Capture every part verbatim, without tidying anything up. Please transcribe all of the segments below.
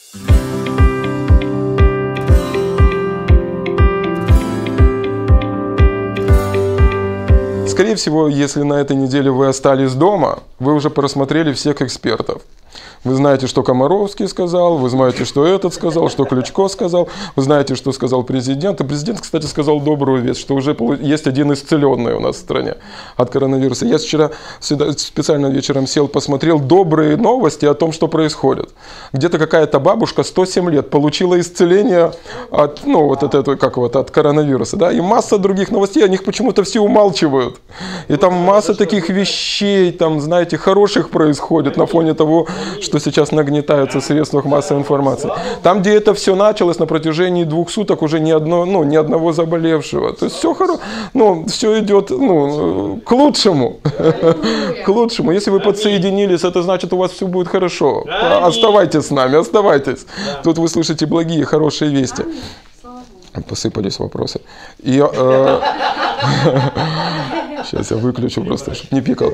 Скорее всего, если на этой неделе вы остались дома, вы уже просмотрели всех экспертов. Вы знаете, что Комаровский сказал, вы знаете, что этот сказал, что Ключко сказал, вы знаете, что сказал президент. И президент, кстати, сказал добрую весть, что уже есть один исцеленный у нас в стране от коронавируса. Я вчера специально вечером сел, посмотрел добрые новости о том, что происходит. Где-то какая-то бабушка сто семь лет получила исцеление от, ну, вот от этого, как вот, от коронавируса. Да? И масса других новостей, о них почему-то все умалчивают. И там масса таких вещей, там, знаете, хороших происходит на фоне того, что сейчас нагнетаются в средствах массовой информации. Там, где это все началось, на протяжении двух суток уже ни, одно, ну, ни одного заболевшего. То есть все, хоро... ну, все идет, ну, к лучшему. К лучшему. Если вы подсоединились, это значит, у вас все будет хорошо. Оставайтесь с нами, оставайтесь. Тут вы слышите благие, хорошие вести. Посыпались вопросы. И, э... Сейчас я выключу просто, чтобы не пикал.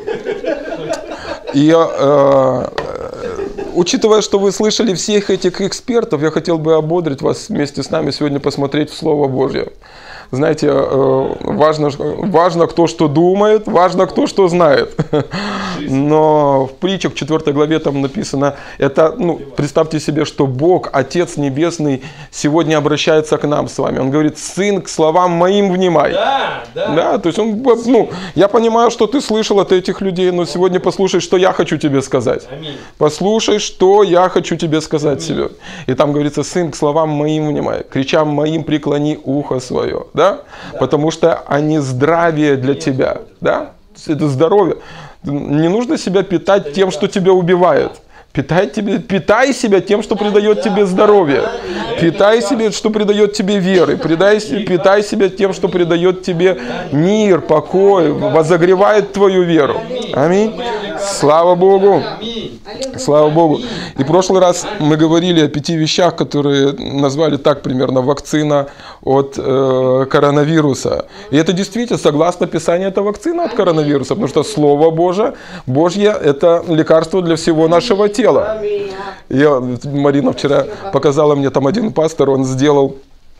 И э... учитывая, что вы слышали всех этих экспертов, я хотел бы ободрить вас вместе с нами сегодня посмотреть в Слово Божье. Знаете, важно, важно кто что думает, важно кто что знает. Но в притчах в четвёртой главе там написано, это, ну, представьте себе, что Бог, Отец Небесный, сегодня обращается к нам с вами. Он говорит: сын, к словам моим внимай. Да, да. Да, то есть он, ну, я понимаю, что ты слышал от этих людей, но сегодня послушай, что я хочу тебе сказать. Аминь. Послушай, что я хочу тебе сказать себе. И там говорится: сын, к словам моим внимай, кричам моим преклони ухо свое. Да? Да. Потому что они здравие для тебя. Да? Это здоровье. Не нужно себя питать тем, что тебя убивает. Питай, тебе, питай себя тем, что придает тебе здоровье. Питай себя, что придает тебе веры. Питай, питай себя тем, что придает тебе мир, покой, возогревает твою веру. Аминь. Слава Богу. Слава Богу. И в прошлый раз мы говорили о пяти вещах, которые назвали так примерно: вакцина от э, коронавируса. И это действительно, согласно Писанию, это вакцина от коронавируса, потому что Слово Божие, Божье – это лекарство для всего нашего тела. Я, Марина вчера показала мне, там один пастор, он сделал,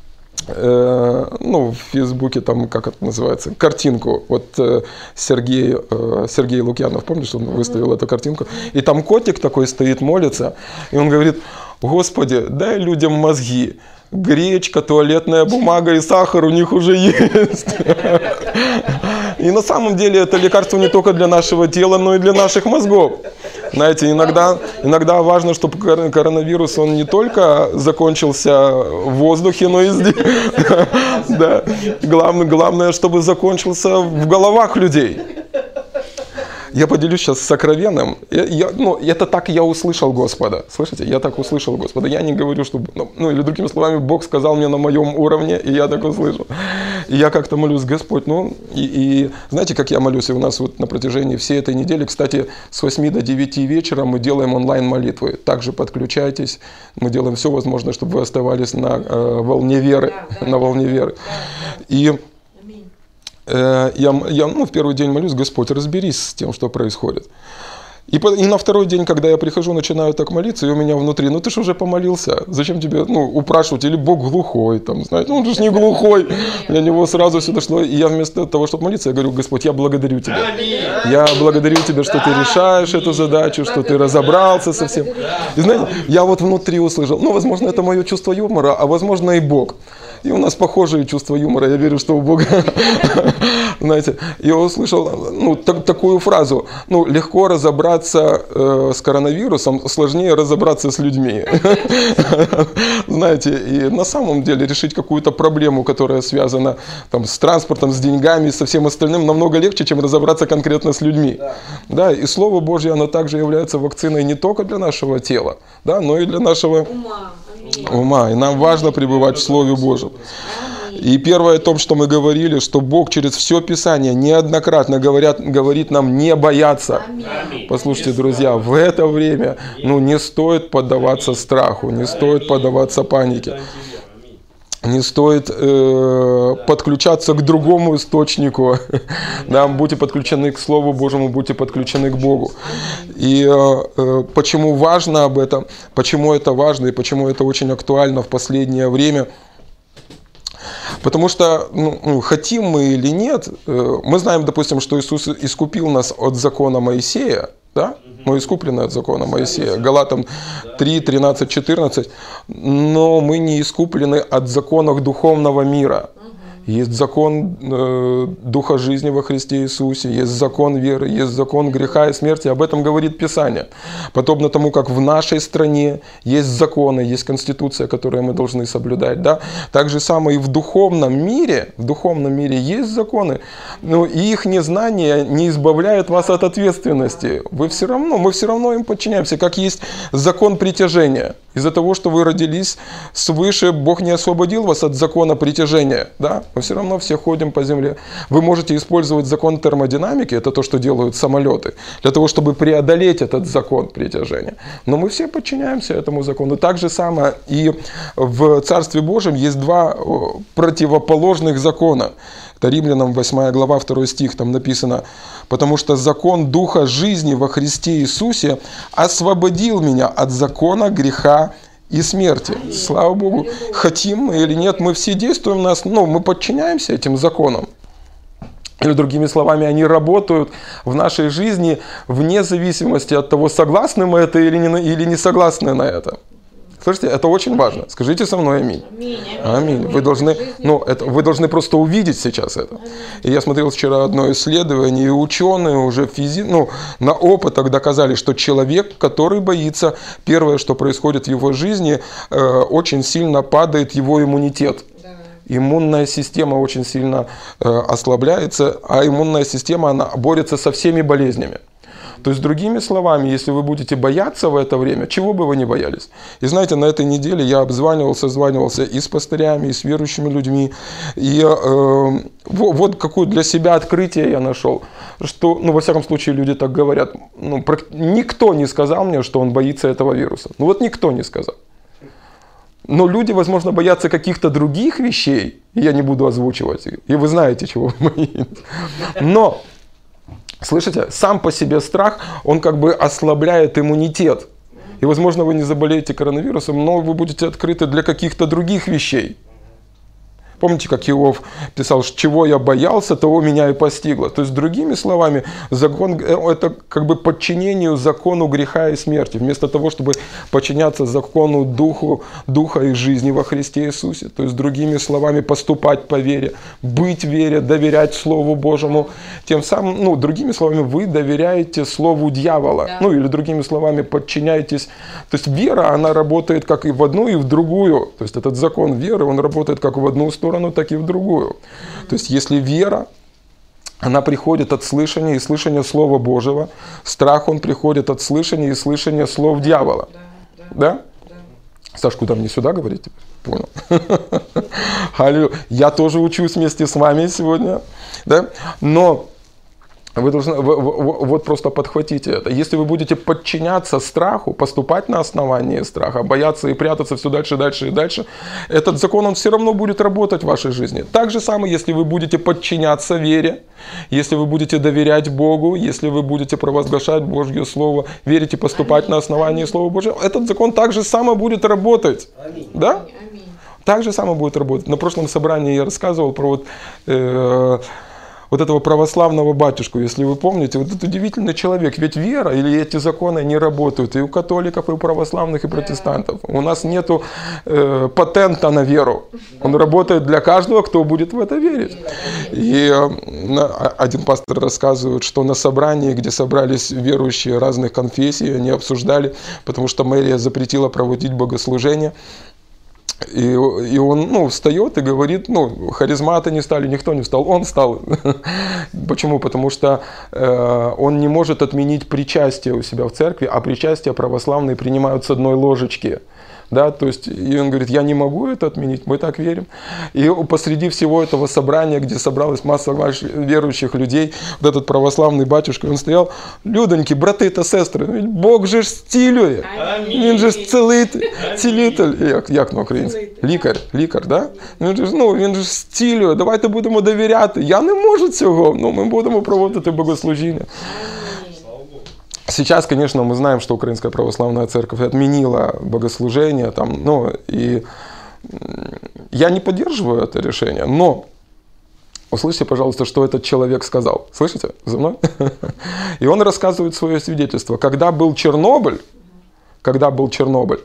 э, ну, в Фейсбуке, там, как это называется, картинку. Вот э, Сергей, э, Сергей Лукьянов, помнишь, он выставил эту картинку? И там котик такой стоит, молится, и он говорит: Господи, дай людям мозги. Гречка, туалетная бумага и сахар у них уже есть. И на самом деле это лекарство не только для нашего тела, но и для наших мозгов. Знаете, иногда, иногда важно, чтобы коронавирус, он не только закончился в воздухе, но и здесь. Да. Главное, главное, чтобы закончился в головах людей. Я поделюсь сейчас сокровенным. Я, я, ну, это так я услышал Господа. Слышите? Я так услышал Господа. Я не говорю, что... Ну, ну, или другими словами, Бог сказал мне на моем уровне, и я так услышал. И я как-то молюсь: Господь, ну... И, и знаете, как я молюсь? И у нас вот на протяжении всей этой недели, кстати, с восьми до девяти вечера мы делаем онлайн-молитвы. Также подключайтесь. Мы делаем все возможное, чтобы вы оставались на э, волне веры. На волне веры. И... Я, я ну, в первый день молюсь: Господь, разберись с тем, что происходит. И, по, и на второй день, когда я прихожу, начинаю так молиться, и у меня внутри: ну ты же уже помолился, зачем тебе, ну, упрашивать, или Бог глухой, там, знаете, ну он же не глухой. Для него сразу все дошло, и я вместо того, чтобы молиться, я говорю: Господь, я благодарю Тебя. Я благодарю Тебя, что Ты решаешь эту задачу, что Ты разобрался со всем. И знаете, я вот внутри услышал, ну, возможно, это мое чувство юмора, а возможно и Бог. И у нас похожие чувства юмора, я верю, что у Бога. Знаете, я услышал, ну, так, такую фразу: ну, легко разобраться э, с коронавирусом, сложнее разобраться с людьми. Знаете, и на самом деле решить какую-то проблему, которая связана там с транспортом, с деньгами, со всем остальным, намного легче, чем разобраться конкретно с людьми. Да, и Слово Божье, оно также является вакциной не только для нашего тела, да, но и для нашего ума. И нам важно пребывать в Слове Божьем. И первое о том, что мы говорили, что Бог через все Писание неоднократно говорят, говорит нам не бояться. Послушайте, друзья, в это время, ну, не стоит поддаваться страху, не стоит поддаваться панике. не стоит э, подключаться к другому источнику. Да, будьте подключены к Слову Божьему, будьте подключены к Богу. И э, почему важно об этом, почему это важно и почему это очень актуально в последнее время. Потому что, ну, хотим мы или нет, э, мы знаем, допустим, что Иисус искупил нас от закона Моисея, да? Мы искуплены от закона Моисея. Галатам три, тринадцать, четырнадцать. Но мы не искуплены от законов духовного мира. Есть закон э, Духа жизни во Христе Иисусе, есть закон веры, есть закон греха и смерти. Об этом говорит Писание. Подобно тому, как в нашей стране есть законы, есть конституция, которую мы должны соблюдать. Да? Так же самое и в духовном мире, в духовном мире есть законы, но их незнание не избавляет вас от ответственности. Вы все равно, мы все равно им подчиняемся, как есть закон притяжения. Из-за того, что вы родились свыше, Бог не освободил вас от закона притяжения. Да? Мы все равно все ходим по земле. Вы можете использовать закон термодинамики, это то, что делают самолеты, для того, чтобы преодолеть этот закон притяжения. Но мы все подчиняемся этому закону. Так же самое и в Царстве Божьем есть два противоположных закона. Это Римлянам восьмая глава, второй стих, там написано: «Потому что закон Духа жизни во Христе Иисусе освободил меня от закона греха и смерти». Слава Богу. Хотим мы или нет, мы все действуем, нас, ну, мы подчиняемся этим законам. Или другими словами, они работают в нашей жизни вне зависимости от того, согласны мы это или не, или не согласны на это. Слышите, это очень важно. Скажите со мной аминь. Аминь. Аминь. Вы должны, ну, это, вы должны просто увидеть сейчас это. И я смотрел вчера одно исследование, и ученые уже физи, ну, на опытах доказали, что человек, который боится, первое, что происходит в его жизни, э, очень сильно падает его иммунитет. Иммунная система очень сильно э, ослабляется, а иммунная система, она борется со всеми болезнями. То есть, другими словами, если вы будете бояться в это время, чего бы вы ни боялись. И знаете, на этой неделе я обзванивался, званивался и с пастырями, и с верующими людьми. И э, вот какое для себя открытие я нашел. Что, ну, во всяком случае, люди так говорят. Ну, никто не сказал мне, что он боится этого вируса. Ну, вот никто не сказал. Но люди, возможно, боятся каких-то других вещей. И я не буду озвучивать. И вы знаете, чего вы боитесь. Но... Слышите, сам по себе страх, он как бы ослабляет иммунитет. И, возможно, вы не заболеете коронавирусом, но вы будете открыты для каких-то других вещей. Помните, как Иов писал, чего я боялся, того меня и постигло. То есть, другими словами, закон, это как бы подчинению закону греха и смерти, вместо того, чтобы подчиняться закону духу, духа и жизни во Христе Иисусе. То есть, другими словами, поступать по вере, быть в вере, доверять Слову Божьему. Тем самым, ну, другими словами, вы доверяете Слову дьявола. Да. Ну, или другими словами, подчиняетесь. То есть, вера, она работает как и в одну, и в другую. То есть, этот закон веры, он работает как в одну сторону, так и в другую. То есть, если вера, она приходит от слышания и слышания Слова Божьего, страх, он приходит от слышания и слышания слов дьявола. Да? да, да? да. Саш, куда мне сюда говорить? Понял. Аллилуйя. Я тоже учусь вместе с вами сегодня. Да? Но вы должны, вы, вы, вот просто подхватите это. Если вы будете подчиняться страху, поступать на основании страха, бояться и прятаться все дальше, дальше и дальше, этот закон, он все равно будет работать в вашей жизни. Так же самое, если вы будете подчиняться вере, если вы будете доверять Богу, если вы будете провозглашать Божье Слово, верить и поступать Аминь. На основании Слова Божьего, этот закон так же самое будет работать. Аминь. Да? Аминь. Так же самое будет работать. На прошлом собрании я рассказывал про вот... Э, вот этого православного батюшку, если вы помните, вот этот удивительный человек, ведь вера или эти законы не работают и у католиков, и у православных, и протестантов. У нас нету э, патента на веру. Он работает для каждого, кто будет в это верить. И э, один пастор рассказывает, что на собрании, где собрались верующие разных конфессий, они обсуждали, потому что мэрия запретила проводить богослужение. И, и он, ну, встает и говорит, ну, харизматы не стали, никто не встал, он встал. Почему? Потому что э, он не может отменить причастие у себя в церкви, а причастие православные принимают с одной ложечки. Да, то есть, и он говорит, я не могу это отменить, мы так верим. И посреди всего этого собрания, где собралась масса верующих людей, вот этот православный батюшка, он стоял, людоньки, браты та сестри, Бог же ж зцілює, він же ж цілитель, як, як на українську? Лікар, лікар, да? Він же, ну, він же ж зцілює, давайте будемо довіряти. Я не можу цього, ну, ми будемо проводити богослужіння. Сейчас, конечно, мы знаем, что Украинская Православная Церковь отменила богослужение, там, ну, и я не поддерживаю это решение, но услышьте, пожалуйста, что этот человек сказал. Слышите за мной? И он рассказывает свое свидетельство. Когда был Чернобыль, когда был Чернобыль,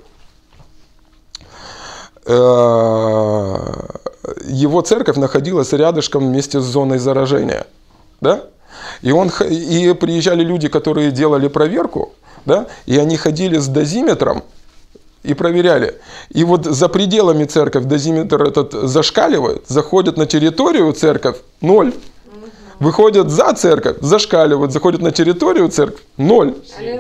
его церковь находилась рядышком вместе с зоной заражения, да? И, он, и приезжали люди, которые делали проверку, да, и они ходили с дозиметром и проверяли. И вот за пределами церковь дозиметр этот зашкаливает, заходят на территорию церковь – ноль. Выходят за церковь, зашкаливают, заходят на территорию церковь – ноль.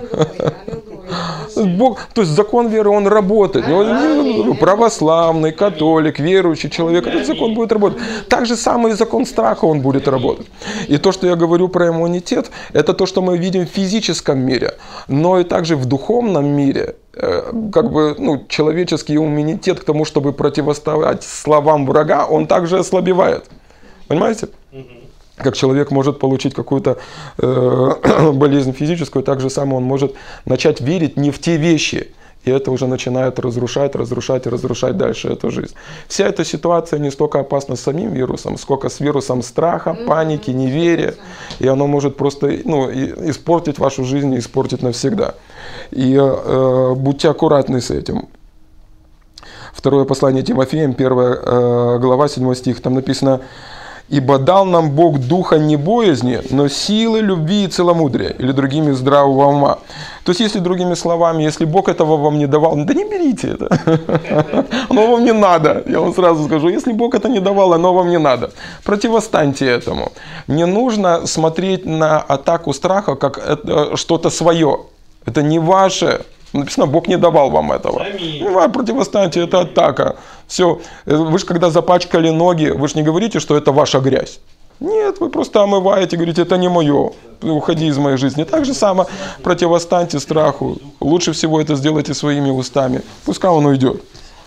Бог, то есть закон веры, он работает. Он, православный, католик, верующий человек, этот закон будет работать. Так же самый закон страха, он будет работать. И то, что я говорю про иммунитет, это то, что мы видим в физическом мире, но и также в духовном мире. Как бы, ну, человеческий иммунитет к тому, чтобы противостоять словам врага, он также ослабевает. Понимаете? Как человек может получить какую-то э, болезнь физическую, так же самое он может начать верить не в те вещи. И это уже начинает разрушать, разрушать и разрушать дальше эту жизнь. Вся эта ситуация не столько опасна с самим вирусом, сколько с вирусом страха, паники, неверия. И оно может просто, ну, испортить вашу жизнь и испортить навсегда. И э, будьте аккуратны с этим. Второе послание Тимофеям, первая э, глава, седьмой стих, там написано: «Ибо дал нам Бог духа не боязни, но силы, любви и целомудрия», или другими здравого ума. То есть, если другими словами, если Бог этого вам не давал, да не берите это. Оно вам не надо. Я вам сразу скажу, если Бог это не давал, оно вам не надо. Противостаньте этому. Не нужно смотреть на атаку страха как что-то свое. Это не ваше. Написано, Бог не давал вам этого. Ну, противостаньте, это атака. Все. Вы же когда запачкали ноги, вы же не говорите, что это ваша грязь. Нет, вы просто омываете, говорите, это не мое. Уходи из моей жизни. Так же само противостаньте страху. Лучше всего это сделайте своими устами. Пускай он уйдет.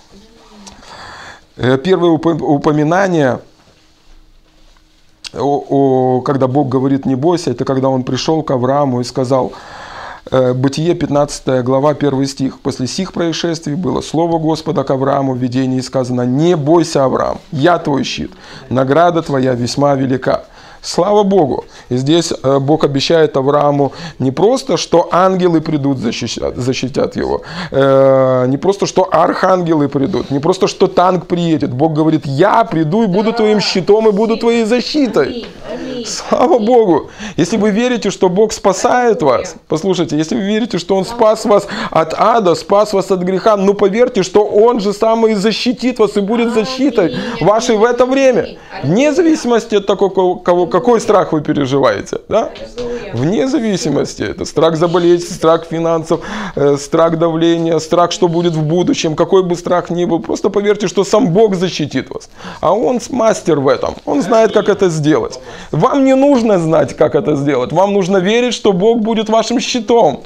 Первое упоминание, о, о, когда Бог говорит не бойся, это когда он пришел к Аврааму и сказал, Бытие, пятнадцатая глава, первый стих. «После сих происшествий было слово Господа к Аврааму в видении, сказано: не бойся, Авраам, я твой щит, награда твоя весьма велика». Слава Богу! И здесь Бог обещает Аврааму не просто, что ангелы придут, защитят, защитят его, не просто, что архангелы придут, не просто, что танк приедет. Бог говорит, я приду и буду твоим щитом и буду твоей защитой. Слава Богу! Если вы верите, что Бог спасает вас, послушайте, если вы верите, что Он спас вас от ада, спас вас от греха, ну поверьте, что Он же сам и защитит вас и будет защитой вашей в это время. Вне зависимости от того, кого, какой страх вы переживаете. Да? Вне зависимости. Это страх заболеть, страх финансов, э, страх давления, страх, что будет в будущем, какой бы страх ни был. Просто поверьте, что сам Бог защитит вас. А Он мастер в этом. Он знает, как это сделать. Вам не нужно знать, как это сделать. Вам нужно верить, что Бог будет вашим щитом.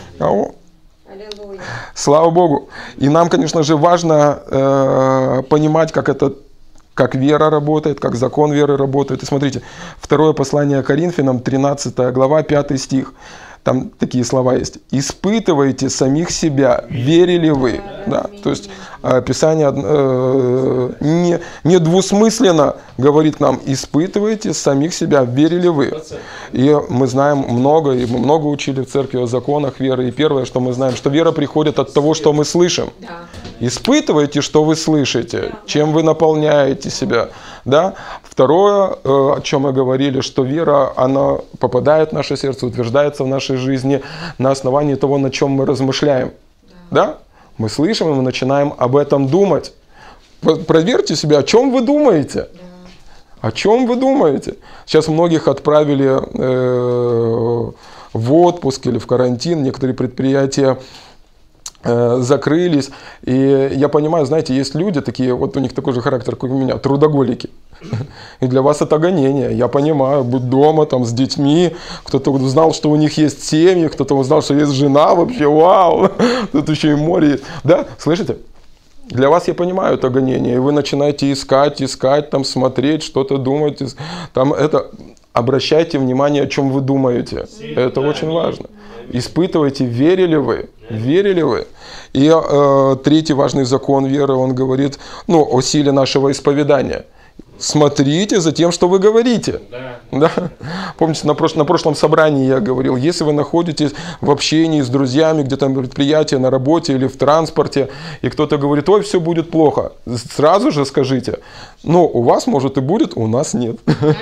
Слава Богу. И нам, конечно же, важно э, понимать, как это, как вера работает, как закон веры работает. И смотрите, второе послание Коринфянам, тринадцатая глава, пятый стих. Там такие слова есть. «Испытывайте самих себя, верили вы». Да? То есть Писание э, не, не двусмысленно говорит нам, испытывайте самих себя, верили вы. И мы знаем много, и мы много учили в церкви о законах веры. И первое, что мы знаем, что вера приходит от того, что мы слышим. Испытывайте, что вы слышите, чем вы наполняете себя. Да? Второе, о чем мы говорили, что вера, она попадает в наше сердце, утверждается в нашей жизни на основании того, на чем мы размышляем. Да? Мы слышим, и мы начинаем об этом думать. Проверьте себя, о чем вы думаете. О чем вы думаете? Сейчас многих отправили э, в отпуск или в карантин. Некоторые предприятия закрылись. И я понимаю, знаете, есть люди такие, вот у них такой же характер, как у меня, трудоголики. И для вас это гонение. Я понимаю, будь дома там с детьми, кто-то узнал, что у них есть семьи, кто-то узнал, что есть жена, вообще вау, тут еще и море есть. Да, слышите? Для вас, я понимаю, это гонение, и вы начинаете искать, искать, там, смотреть, что-то думать, там, это... Обращайте внимание, о чем вы думаете. Это очень важно. Испытывайте, верили вы, верили вы. И э, третий важный закон веры, он говорит, ну, о силе нашего исповедания. Смотрите за тем, что вы говорите. Да. Да? Помните, на, прош... на прошлом собрании я говорил, если вы находитесь в общении с друзьями, где-то на предприятии, на работе или в транспорте, и кто-то говорит, ой, все будет плохо, сразу же скажите, ну, у вас может и будет, у нас нет.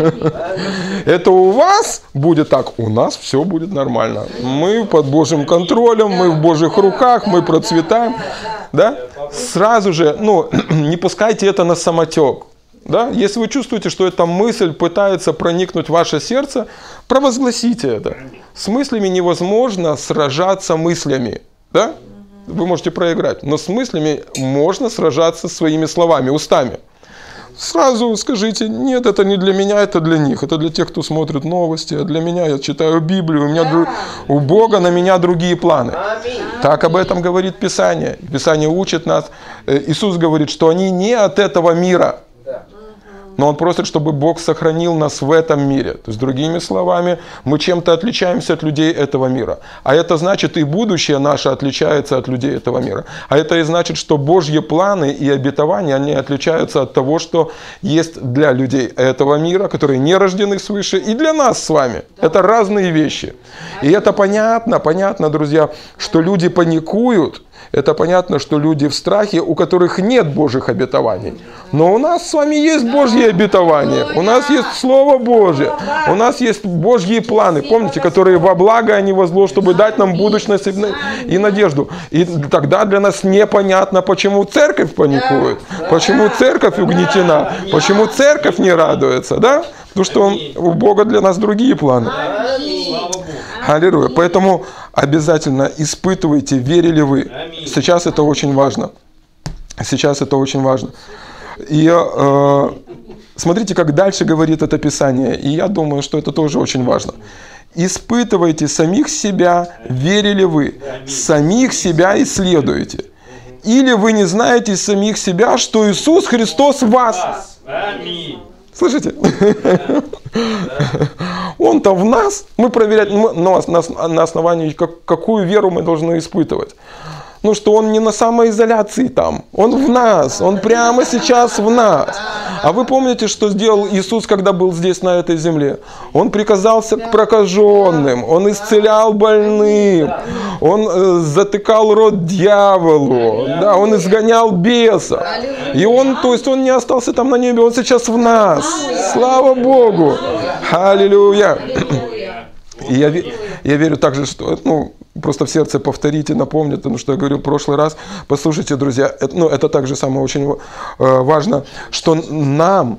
Это у вас будет так, у нас все будет нормально. Мы под Божьим контролем, мы в Божьих руках, мы процветаем. Да? Сразу же, ну, не пускайте это на самотек. Да? Если вы чувствуете, что эта мысль пытается проникнуть в ваше сердце, провозгласите это. С мыслями невозможно сражаться мыслями. Да? Вы можете проиграть, но с мыслями можно сражаться своими словами, устами. Сразу скажите, нет, это не для меня, это для них. Это для тех, кто смотрит новости. А для меня, я читаю Библию, у, меня друг... у Бога на меня другие планы. Так об этом говорит Писание. Писание учит нас. Иисус говорит, что они не от этого мира. Но Он просит, чтобы Бог сохранил нас в этом мире. То есть, другими словами, мы чем-то отличаемся от людей этого мира. А это значит, и будущее наше отличается от людей этого мира. А это и значит, что Божьи планы и обетования, они отличаются от того, что есть для людей этого мира, которые не рождены свыше, и для нас с вами. Это разные вещи. И это понятно, понятно, друзья, что люди паникуют. Это понятно, что люди в страхе, у которых нет Божьих обетований. Но у нас с вами есть Божьи обетования. У нас есть Слово Божье. У нас есть Божьи планы, помните, которые во благо, а не во зло, чтобы дать нам будущность и надежду. И тогда для нас непонятно, почему церковь паникует, почему церковь угнетена, почему церковь не радуется. Да? Потому что он, у Бога для нас другие планы. Аллилуйя. Поэтому обязательно испытывайте, верили вы. Сейчас это очень важно. Сейчас это очень важно. И э, смотрите, как дальше говорит это Писание. И я думаю, что это тоже очень важно. Испытывайте самих себя, верили вы. Самих себя исследуйте. Или вы не знаете самих себя, что Иисус Христос в вас. Аминь. Слышите? Он-то в нас. Мы проверяем на, на, на основании, как, какую веру мы должны испытывать. Ну, что Он не на самоизоляции там. Он в нас. Он прямо сейчас в нас. А вы помните, что сделал Иисус, когда был здесь, на этой земле? Он приказался к прокаженным. Он исцелял больным. Он э, затыкал рот дьяволу. Да, он изгонял бесов. И он, то есть, он не остался там на небе. Он сейчас в нас. Слава Богу. Аллилуйя. И я, я верю также, что, ну, просто в сердце повторите, напомните, потому что я говорил в прошлый раз. Послушайте, друзья, это, ну, это также самое очень э, важно, что нам,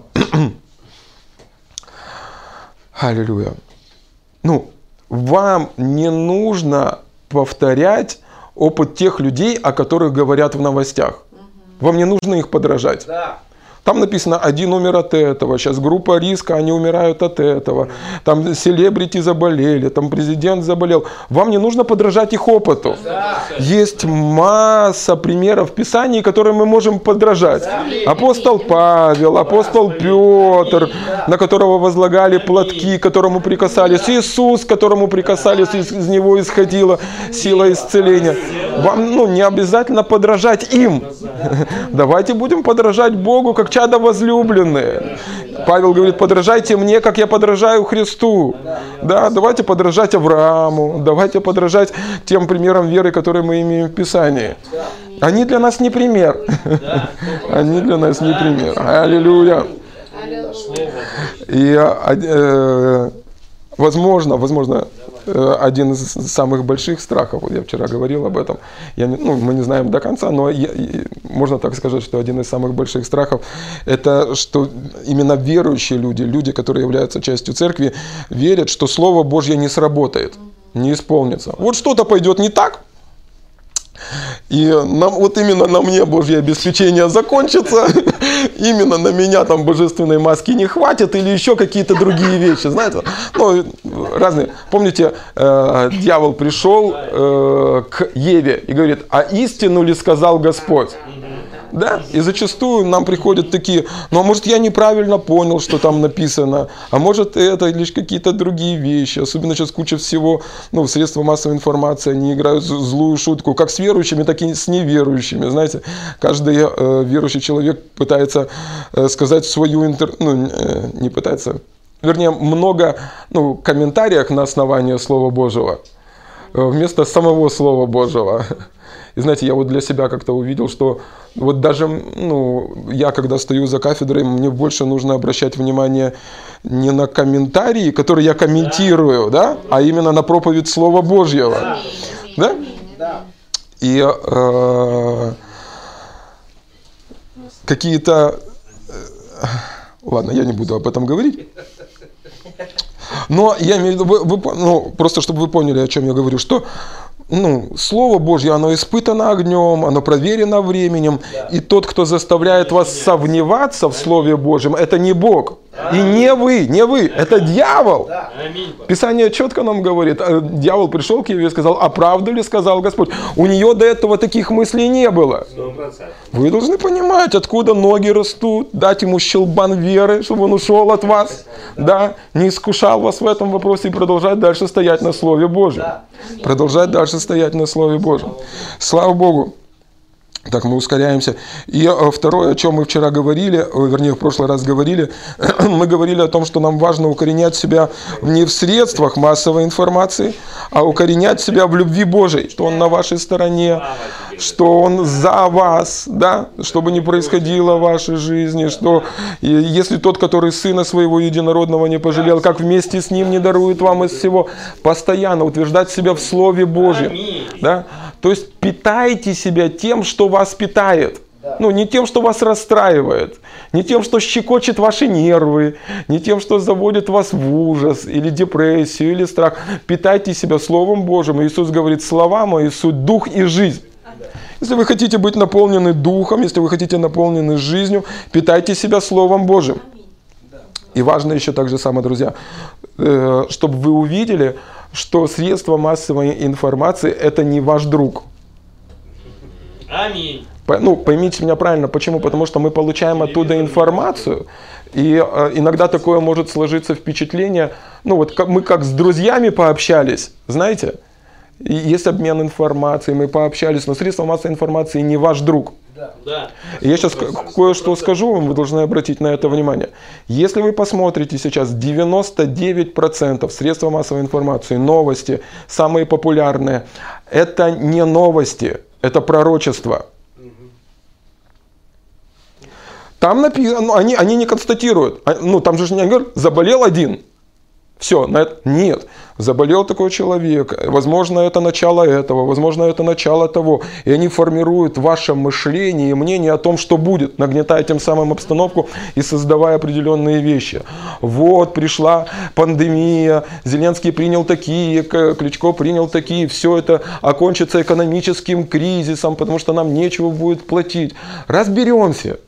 аллилуйя, ну, вам не нужно повторять опыт тех людей, о которых говорят в новостях. Вам не нужно их подражать. Там написано, один умер от этого, сейчас группа риска, они умирают от этого, там селебрити заболели, там президент заболел. Вам не нужно подражать их опыту. Есть масса примеров в Писании, которые мы можем подражать. Апостол Павел, апостол Петр, на которого возлагали платки, к которому прикасались. Иисус, к которому прикасались, из, из него исходила сила исцеления. Вам, ну, не обязательно подражать им. Давайте будем подражать Богу, как чадо возлюбленные. Павел говорит, подражайте мне, как я подражаю Христу. Да, давайте подражать Аврааму, давайте подражать тем примерам веры, которые мы имеем в Писании. Они для нас не пример. Они для нас не пример. Аллилуйя. И э, возможно, возможно, один из самых больших страхов, я вчера говорил об этом, я не, ну, мы не знаем до конца, но я, можно так сказать, что один из самых больших страхов, это что именно верующие люди, люди, которые являются частью церкви, верят, что Слово Божье не сработает, не исполнится. Вот что-то пойдет не так, И нам, вот именно на мне Божье обеспечение закончится, именно на меня там божественной маски не хватит или еще какие-то другие вещи, знаете, ну, разные. Помните, э, дьявол пришел э, к Еве и говорит, а истину ли сказал Господь? Да? И зачастую нам приходят такие, ну а может я неправильно понял, что там написано, а может это лишь какие-то другие вещи, особенно сейчас куча всего, ну, средства массовой информации, они играют злую шутку, как с верующими, так и с неверующими, знаете, каждый э, верующий человек пытается э, сказать свою, интер... ну, э, не пытается, вернее, много, ну, комментариев на основании Слова Божьего, э, вместо самого Слова Божьего. И знаете, я вот для себя как-то увидел, что вот даже, ну, я когда стою за кафедрой, мне больше нужно обращать внимание не на комментарии, которые я комментирую, да, а именно на проповедь Слова Божьего. Да? Да? И э, какие-то... Ладно, я не буду об этом говорить. Но я имею в виду, вы, вы, ну, просто чтобы вы поняли, о чем я говорю, что ну, Слово Божье, оно испытано огнем, оно проверено временем, да. И тот, кто заставляет вас сомневаться в Слове Божьем, это не Бог. Да. И не вы, не вы, это дьявол. Да. Писание четко нам говорит, дьявол пришел к Еве и сказал, а правду ли сказал Господь? У нее до этого таких мыслей не было. сто процентов. Вы должны понимать, откуда ноги растут, дать ему щелбан веры, чтобы он ушел от вас, да. Да? Не искушал вас в этом вопросе и продолжать дальше стоять на Слове Божьем. Да. Продолжать дальше стоять на Слове Божьем. Слава Богу. Так, мы ускоряемся. И второе, о чем мы вчера говорили, вернее, в прошлый раз говорили, мы говорили о том, что нам важно укоренять себя не в средствах массовой информации, а укоренять себя в любви Божией, что Он на вашей стороне, что Он за вас, да, что бы ни происходило в вашей жизни, что если тот, который Сына Своего Единородного не пожалел, как вместе с Ним не дарует вам из всего, постоянно утверждать себя в Слове Божьем, да. То есть питайте себя тем, что вас питает. Да. Ну, не тем, что вас расстраивает, не тем, что щекочет ваши нервы, не тем, что заводит вас в ужас, или депрессию, или страх. Питайте себя Словом Божьим. Иисус говорит, слова мои суть дух и жизнь. Да. Если вы хотите быть наполнены духом, если вы хотите наполнены жизнью, питайте себя Словом Божьим. Да. И важно еще так же самое, друзья, чтобы вы увидели, что средства массовой информации – это не ваш друг. Аминь. Ну, поймите меня правильно, почему? Потому что мы получаем оттуда информацию, и э, иногда такое может сложиться впечатление, ну вот как, мы как с друзьями пообщались, знаете, и есть обмен информацией, мы пообщались, но средства массовой информации не ваш друг. Да. Я сейчас кое-что скажу вам, вы должны обратить на это внимание. Если вы посмотрите сейчас, девяносто девять процентов средств массовой информации, новости, самые популярные, это не новости, это пророчество. Там написано, они, они не констатируют, ну там же не говорят, заболел один. Все, нет, заболел такой человек, возможно, это начало этого, возможно, это начало того. И они формируют ваше мышление и мнение о том, что будет, нагнетая тем самым обстановку и создавая определенные вещи. Вот, пришла пандемия, Зеленский принял такие, Кличко принял такие, все это окончится экономическим кризисом, потому что нам нечего будет платить. Разберемся.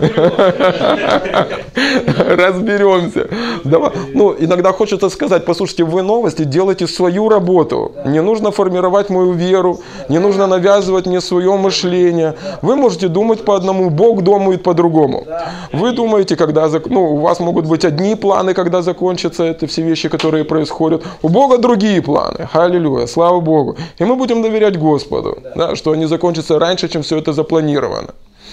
Разберемся. Давай. Ну, иногда хочется сказать, послушайте, вы новости, делайте свою работу. Не нужно формировать мою веру, не нужно навязывать мне свое мышление. Вы можете думать по одному, Бог думает по-другому. Вы думаете, когда, ну, у вас могут быть одни планы, когда закончатся это все вещи, которые происходят. У Бога другие планы. Аллилуйя, слава Богу. И мы будем доверять Господу, да, что они закончатся раньше, чем все это запланировано.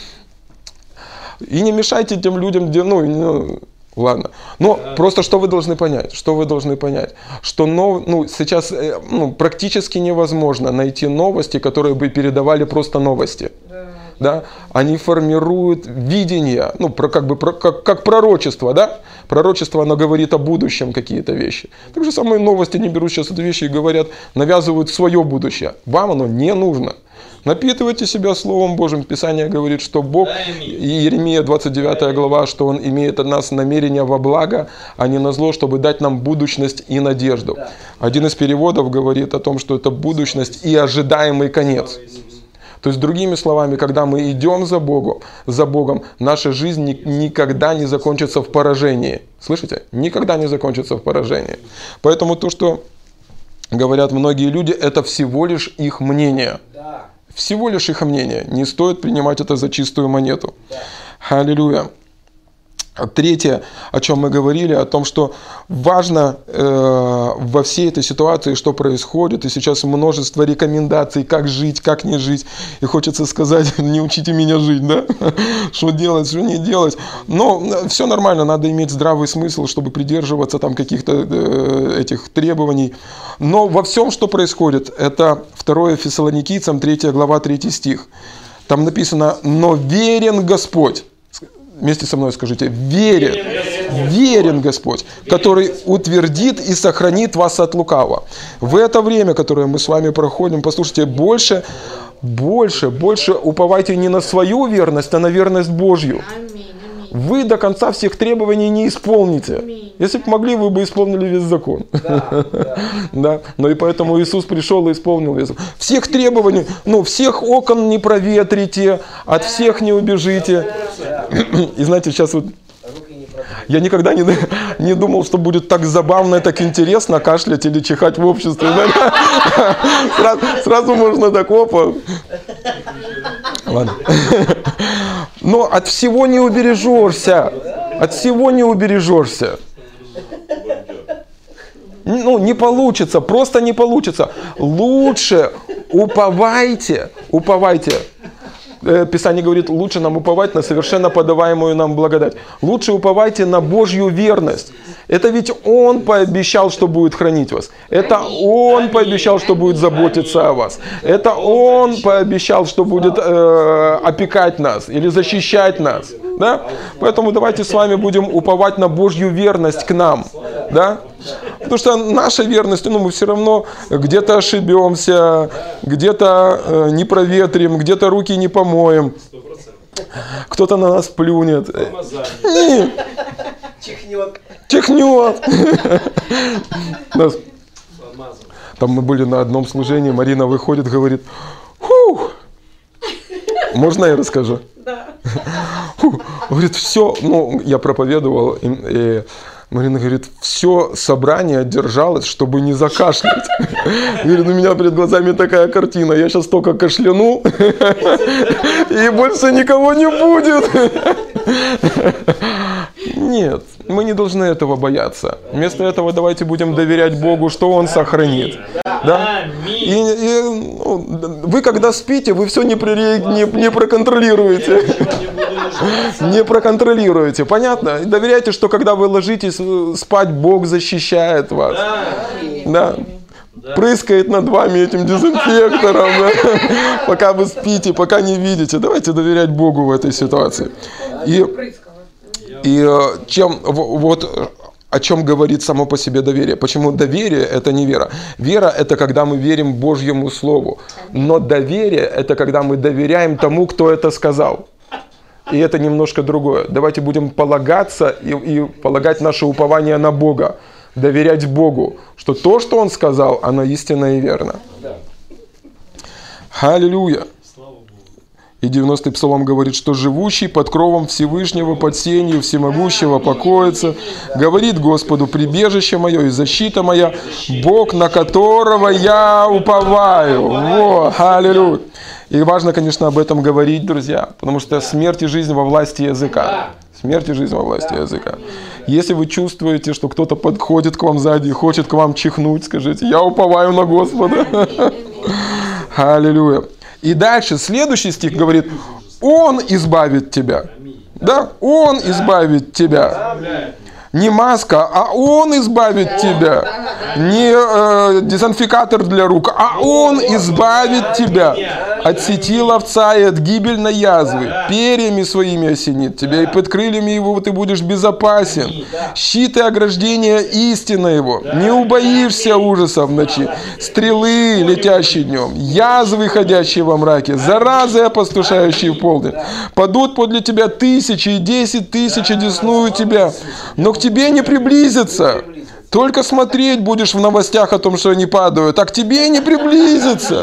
И не мешайте тем людям, где, ну, ну, ладно. Но да. Просто что вы должны понять, что вы должны понять, что нов, ну, сейчас ну, практически невозможно найти новости, которые бы передавали просто новости. Да. Да? Они формируют видение, ну, про, как бы, про, как, как пророчество, да? Пророчество, оно говорит о будущем какие-то вещи. Так же самые новости не берут сейчас эти вещи и говорят, навязывают свое будущее. Вам оно не нужно. Напитывайте себя Словом Божьим. Писание говорит, что Бог, и Иеремия двадцать девятая глава, что Он имеет от нас намерение во благо, а не на зло, чтобы дать нам будущность и надежду. Один из переводов говорит о том, что это будущность и ожидаемый конец. То есть, другими словами, когда мы идем за Богом, за Богом, наша жизнь ни, никогда не закончится в поражении. Слышите? Никогда не закончится в поражении. Поэтому то, что говорят многие люди, это всего лишь их мнение. Всего лишь их мнение. Не стоит принимать это за чистую монету. Аллилуйя. Третье, о чем мы говорили, о том, что важно э, во всей этой ситуации, что происходит, и сейчас множество рекомендаций, как жить, как не жить, и хочется сказать, не учите меня жить, да, что делать, что не делать, но все нормально, надо иметь здравый смысл, чтобы придерживаться там каких-то э, этих требований, но во всем, что происходит, это второе Фессалоникийцам, третья глава, третий стих, там написано, но верен Господь. Вместе со мной скажите, верен, верен Господь, который утвердит и сохранит вас от лукавого. В это время, которое мы с вами проходим, послушайте, больше, больше, больше уповайте не на свою верность, а на верность Божью. Вы до конца всех требований не исполните. Если бы могли, вы бы исполнили весь закон. Да, да. Да? Но и поэтому Иисус пришел и исполнил весь закон. Всех требований, ну, всех окон не проветрите, от всех не убежите. И знаете, сейчас вот я никогда не, не думал, что будет так забавно и так интересно кашлять или чихать в обществе. Сразу, сразу можно так, опа. Ладно. Но от всего не убережешься. От всего не убережешься. Ну, не получится, просто не получится. Лучше уповайте, уповайте. Писание говорит, лучше нам уповать на совершенно подаваемую нам благодать. Лучше уповайте на Божью верность. Это ведь Он пообещал, что будет хранить вас. Это Он пообещал, что будет заботиться о вас. Это Он пообещал, что будет э, опекать нас или защищать нас. Да? Поэтому давайте с вами будем уповать на Божью верность к нам. Да? Потому что наша верность, ну, мы все равно где-то ошибемся, где-то э, не проветрим, где-то руки не помоем. Кто-то на нас плюнет. Чихнет. Чихнет. Там мы были на одном служении, Марина выходит, говорит, фух, можно я расскажу? Да. Фух. Говорит, все, ну, я проповедовал, и, и Марина говорит, все собрание держалось, чтобы не закашлять. Говорит, у меня перед глазами такая картина, я сейчас только кашляну, и больше никого не будет. Нет, мы не должны этого бояться. Вместо этого давайте будем доверять Богу, что Он сохранит. Да? И, и, ну, вы когда спите, вы все не, при, не, не проконтролируете. Не проконтролируете. Понятно? И доверяйте, что когда вы ложитесь спать, Бог защищает вас. Да. Прыскает над вами этим дезинфектором, да? Пока вы спите, пока не видите. Давайте доверять Богу в этой ситуации. И, и чем вот о чем говорит само по себе доверие. Почему доверие – это не вера? Вера – это когда мы верим Божьему Слову. Но доверие – это когда мы доверяем тому, кто это сказал. И это немножко другое. Давайте будем полагаться и, и полагать наше упование на Бога. Доверять Богу, что то, что Он сказал, оно истинно и верно. Аллилуйя. И девяностый псалом говорит, что живущий под кровом Всевышнего, под сенью Всемогущего покоится. Говорит Господу, прибежище мое и защита моя, Бог, на которого я уповаю. Во, аллилуйя. И важно, конечно, об этом говорить, друзья, потому что смерть и жизнь во власти языка. Смерть и жизнь во власти языка. Если вы чувствуете, что кто-то подходит к вам сзади и хочет к вам чихнуть, скажите, я уповаю на Господа. Аллилуйя. И дальше следующий стих говорит, Он избавит тебя. Да, Он избавит тебя. Не маска, а Он избавит тебя. Не э, дезинфикатор для рук, а Он избавит тебя от сети ловца и от гибельной язвы. Перьями своими осенит тебя, и под крыльями Его ты будешь безопасен. Щит и ограждение истина Его. Не убоишься ужаса в ночи, стрелы, летящие днем, язвы, ходящие во мраке, заразы, опустошающие в полдень. Падут подле тебя тысячи и десять тысяч одесную тебя, но к тебе не приблизится. Только смотреть будешь в новостях о том, что они падают, а к тебе не приблизится.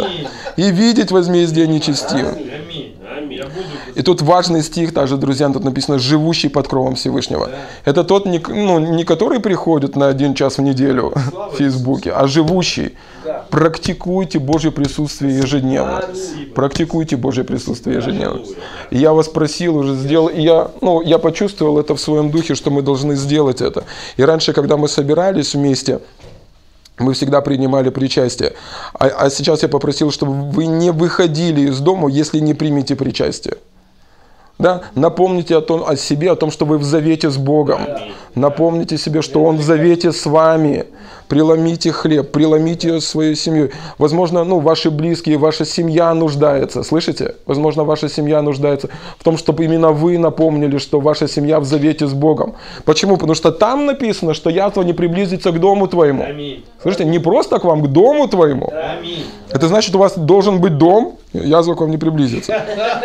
и видеть возмездие нечестивым. И тут важный стих, также, друзья, тут написано «живущий под кровом Всевышнего». Это тот, ну, не который приходит на один час в неделю в Фейсбуке, а живущий. Практикуйте Божье присутствие ежедневно. Практикуйте Божье присутствие ежедневно. И я вас просил, уже сделал, и я, ну, я почувствовал это в своем духе, что мы должны сделать это. И раньше, когда мы собирались вместе, мы всегда принимали причастие. А, а сейчас я попросил, чтобы вы не выходили из дома, если не примете причастие. Да? Напомните о, том, о себе, о том, что вы в завете с Богом. Напомните себе, что Он в завете с вами. Преломите хлеб, преломите свою семью. Возможно, ну, ваши близкие, ваша семья нуждается. Слышите? Возможно, ваша семья нуждается в том, чтобы именно вы напомнили, что ваша семья в завете с Богом. Почему? Потому что там написано, что язва не приблизится к дому твоему. Слышите? Не просто к вам, к дому твоему. Это значит, у вас должен быть дом, язва к вам не приблизится.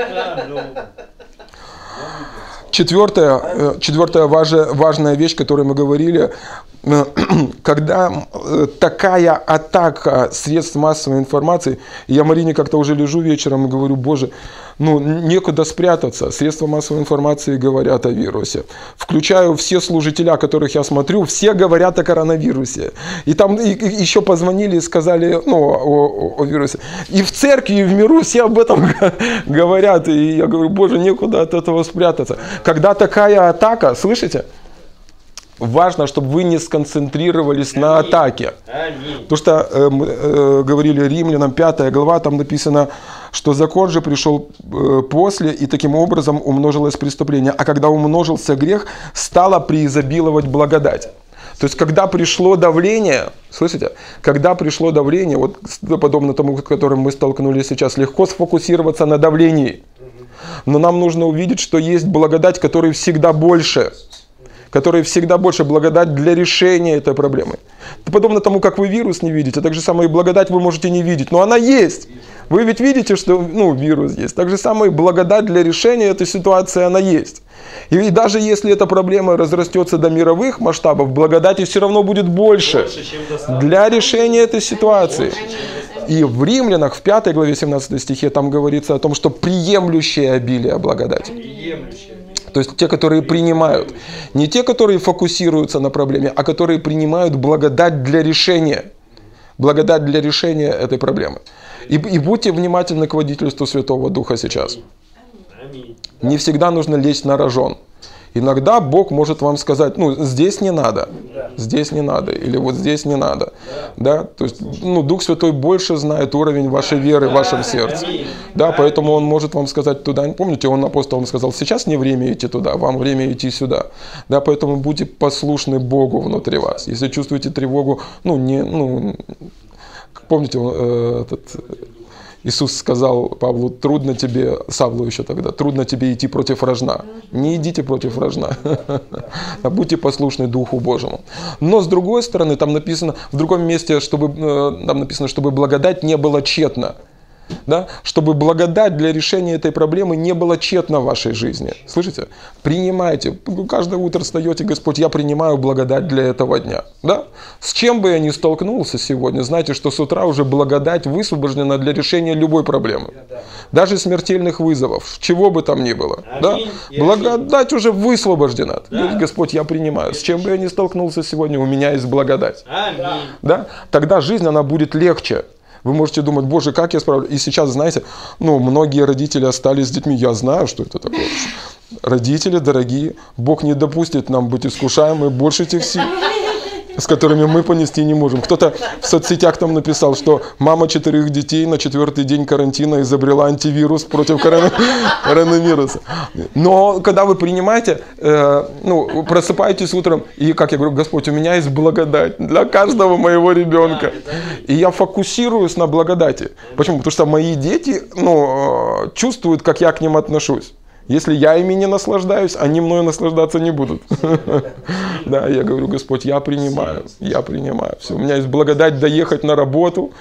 Четвертая, четвертая важная, важная вещь, о которой мы говорили, когда такая атака средств массовой информации, я Марине как-то уже лежу вечером и говорю, Боже, ну некуда спрятаться, средства массовой информации говорят о вирусе. Включаю все служителя, которых я смотрю, все говорят о коронавирусе. И там и, и еще позвонили и сказали, ну, о, о, о вирусе. И в церкви, и в миру все об этом говорят. И я говорю, Боже, некуда от этого спрятаться. Когда такая атака, слышите? Важно, чтобы вы не сконцентрировались Аминь. На атаке. Аминь. Потому что э, мы э, говорили Римлянам, пятая глава, там написано, что закон же пришел э, после, и таким образом умножилось преступление. А когда умножился грех, стала преизобиловать благодать. То есть, когда пришло давление, слышите, когда пришло давление, вот подобно тому, с которым мы столкнулись сейчас, легко сфокусироваться на давлении. Но нам нужно увидеть, что есть благодать, которой всегда больше. Которой всегда больше благодать для решения этой проблемы. Подобно тому, как вы вирус не видите, так же самое и благодать вы можете не видеть, но она есть. Вы ведь видите, что ну, вирус есть. Так же самое и благодать для решения этой ситуации, она есть. И, и даже если эта проблема разрастется до мировых масштабов, благодати все равно будет больше, больше для решения этой ситуации. И в Римлянах, в пятой главе семнадцатом стихе, там говорится о том, что приемлющее обилие благодати. То есть те, которые принимают. Не те, которые фокусируются на проблеме, а которые принимают благодать для решения. Благодать для решения этой проблемы. И, и будьте внимательны к водительству Святого Духа сейчас. Не всегда нужно лезть на рожон. Иногда Бог может вам сказать, ну, здесь не надо, здесь не надо, или вот здесь не надо. Да? То есть, ну, Дух Святой больше знает уровень вашей веры в вашем сердце. Да, поэтому Он может вам сказать туда. Помните, Он апостолам сказал, сейчас не время идти туда, вам время идти сюда. Да, поэтому будьте послушны Богу внутри вас. Если чувствуете тревогу, ну, не, ну, помните, э, этот... Иисус сказал Павлу, трудно тебе, Савлу еще тогда, трудно тебе идти против рожна. Не идите против рожна, а будьте послушны Духу Божьему. Но с другой стороны, там написано, в другом месте, чтобы, там написано, чтобы благодать не была тщетна. Да? Чтобы благодать для решения этой проблемы не была тщетна в вашей жизни. Слышите? Принимайте. Каждое утро встаете, Господь, я принимаю благодать для этого дня. Да? С чем бы я ни столкнулся сегодня, знайте, что с утра уже благодать высвобождена для решения любой проблемы. Даже смертельных вызовов, чего бы там ни было. Да? Благодать уже высвобождена. Да. Господь, я принимаю. С чем бы я ни столкнулся сегодня, у меня есть благодать. Да? Тогда жизнь, она будет легче. Вы можете думать, Боже, как я справлюсь? И сейчас, знаете, ну, многие родители остались с детьми. Я знаю, что это такое. Родители, дорогие, Бог не допустит нам быть искушаемыми больше тех сил, с которыми мы понести не можем. Кто-то в соцсетях там написал, что мама четырех детей на четвертый день карантина изобрела антивирус против коронавируса. Но когда вы принимаете, э, ну, просыпаетесь утром, и, как я говорю, Господь, у меня есть благодать для каждого моего ребенка. И я фокусируюсь на благодати. Почему? Потому что мои дети, ну, чувствуют, как я к ним отношусь. Если я ими не наслаждаюсь, они мною наслаждаться не будут. Да, я говорю, Господь, я принимаю, я принимаю. Все, у меня есть благодать доехать на работу,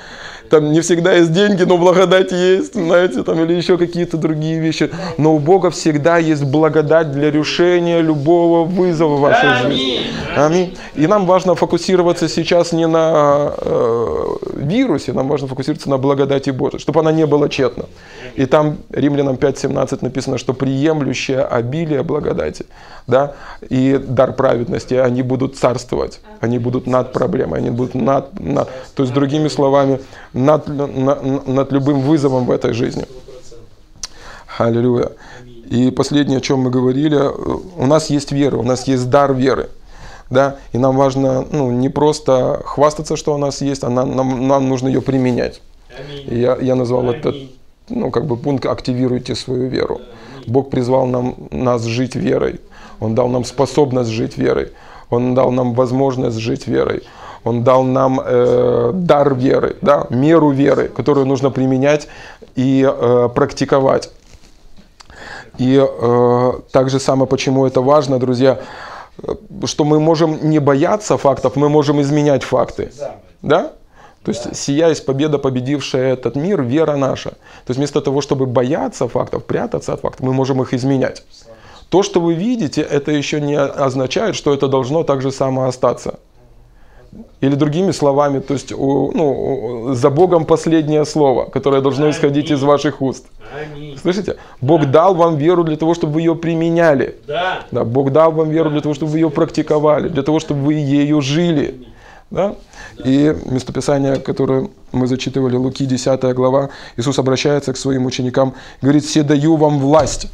там не всегда есть деньги, но благодать есть, знаете, там, или еще какие-то другие вещи. Но у Бога всегда есть благодать для решения любого вызова в вашей жизни. Аминь. И нам важно фокусироваться сейчас не на э, вирусе, нам важно фокусироваться на благодати Божией, чтобы она не была тщетна. И там Римлянам пять семнадцать написано, что приемлющее обилие благодати, да, и дар праведности, они будут царствовать, они будут над проблемой, они будут над, над то есть, другими словами, над, над, над любым вызовом в этой жизни. Аллилуйя. И последнее, о чем мы говорили, у нас есть вера, у нас есть дар веры. Да? И нам важно, ну, не просто хвастаться, что у нас есть, а нам, нам, нам нужно ее применять. И я, я назвал этот, ну, как бы пункт «Активируйте свою веру». Бог призвал нам, нас жить верой. Он дал нам способность жить верой. Он дал нам возможность жить верой. Он дал нам э, дар веры, да? Меру веры, которую нужно применять и э, практиковать. И э, так же самое, почему это важно, друзья, что мы можем не бояться фактов, мы можем изменять факты. Да? То есть, сия есть победа, победившая этот мир, вера наша. То есть, вместо того, чтобы бояться фактов, прятаться от фактов, мы можем их изменять. То, что вы видите, это еще не означает, что это должно так же само остаться. Или другими словами, то есть, у, ну, за Богом последнее слово, которое должно исходить из ваших уст. Аминь. Слышите? Бог да. дал вам веру для того, чтобы вы ее применяли. Да. Да, Бог дал вам веру для того, чтобы вы ее практиковали, для того, чтобы вы ею жили. Да? Да. И местописание, которое мы зачитывали, Луки десятая глава, Иисус обращается к своим ученикам, говорит: «Се даю вам власть».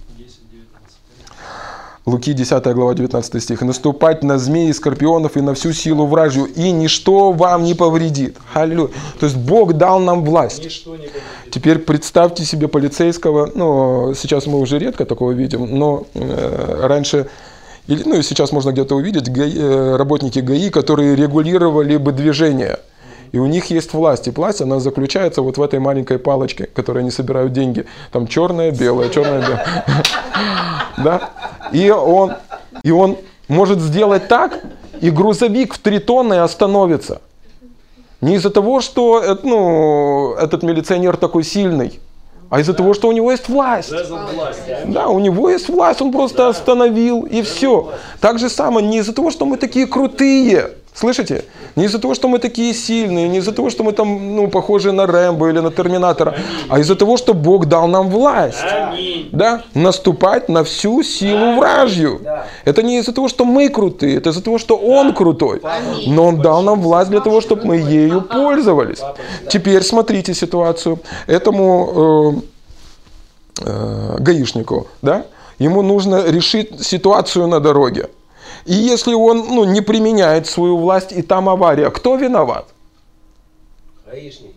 Луки десятая глава, девятнадцатый стих. «Наступать на змеи и скорпионов и на всю силу вражью, и ничто вам не повредит». Аллилуйя. То есть Бог дал нам власть. Теперь представьте себе полицейского, ну, сейчас мы уже редко такого видим, но э, раньше, или, ну и сейчас можно где-то увидеть, ГАИ, э, работники ГАИ, которые регулировали бы движение. И у них есть власть. И власть, она заключается вот в этой маленькой палочке, которой они собирают деньги. Там черное, белое, черное, белое. Да? И он, и он может сделать так, и грузовик в три тонны остановится. Не из-за того, что ну, этот милиционер такой сильный, а из-за того, что у него есть власть. Да, у него есть власть, он просто остановил, и все. Так же самое, не из-за того, что мы такие крутые. Слышите? Не из-за того, что мы такие сильные, не из-за того, что мы там, ну, похожи на Рэмбо или на Терминатора, а из-за того, что Бог дал нам власть. Да? Наступать на всю силу вражью. Это не из-за того, что мы крутые, это из-за того, что Он крутой. Но Он дал нам власть для того, чтобы мы ею пользовались. Теперь смотрите ситуацию. Этому э, э, гаишнику, да? Ему нужно решить ситуацию на дороге. И если он ну, не применяет свою власть, и там авария, кто виноват? Гаишник.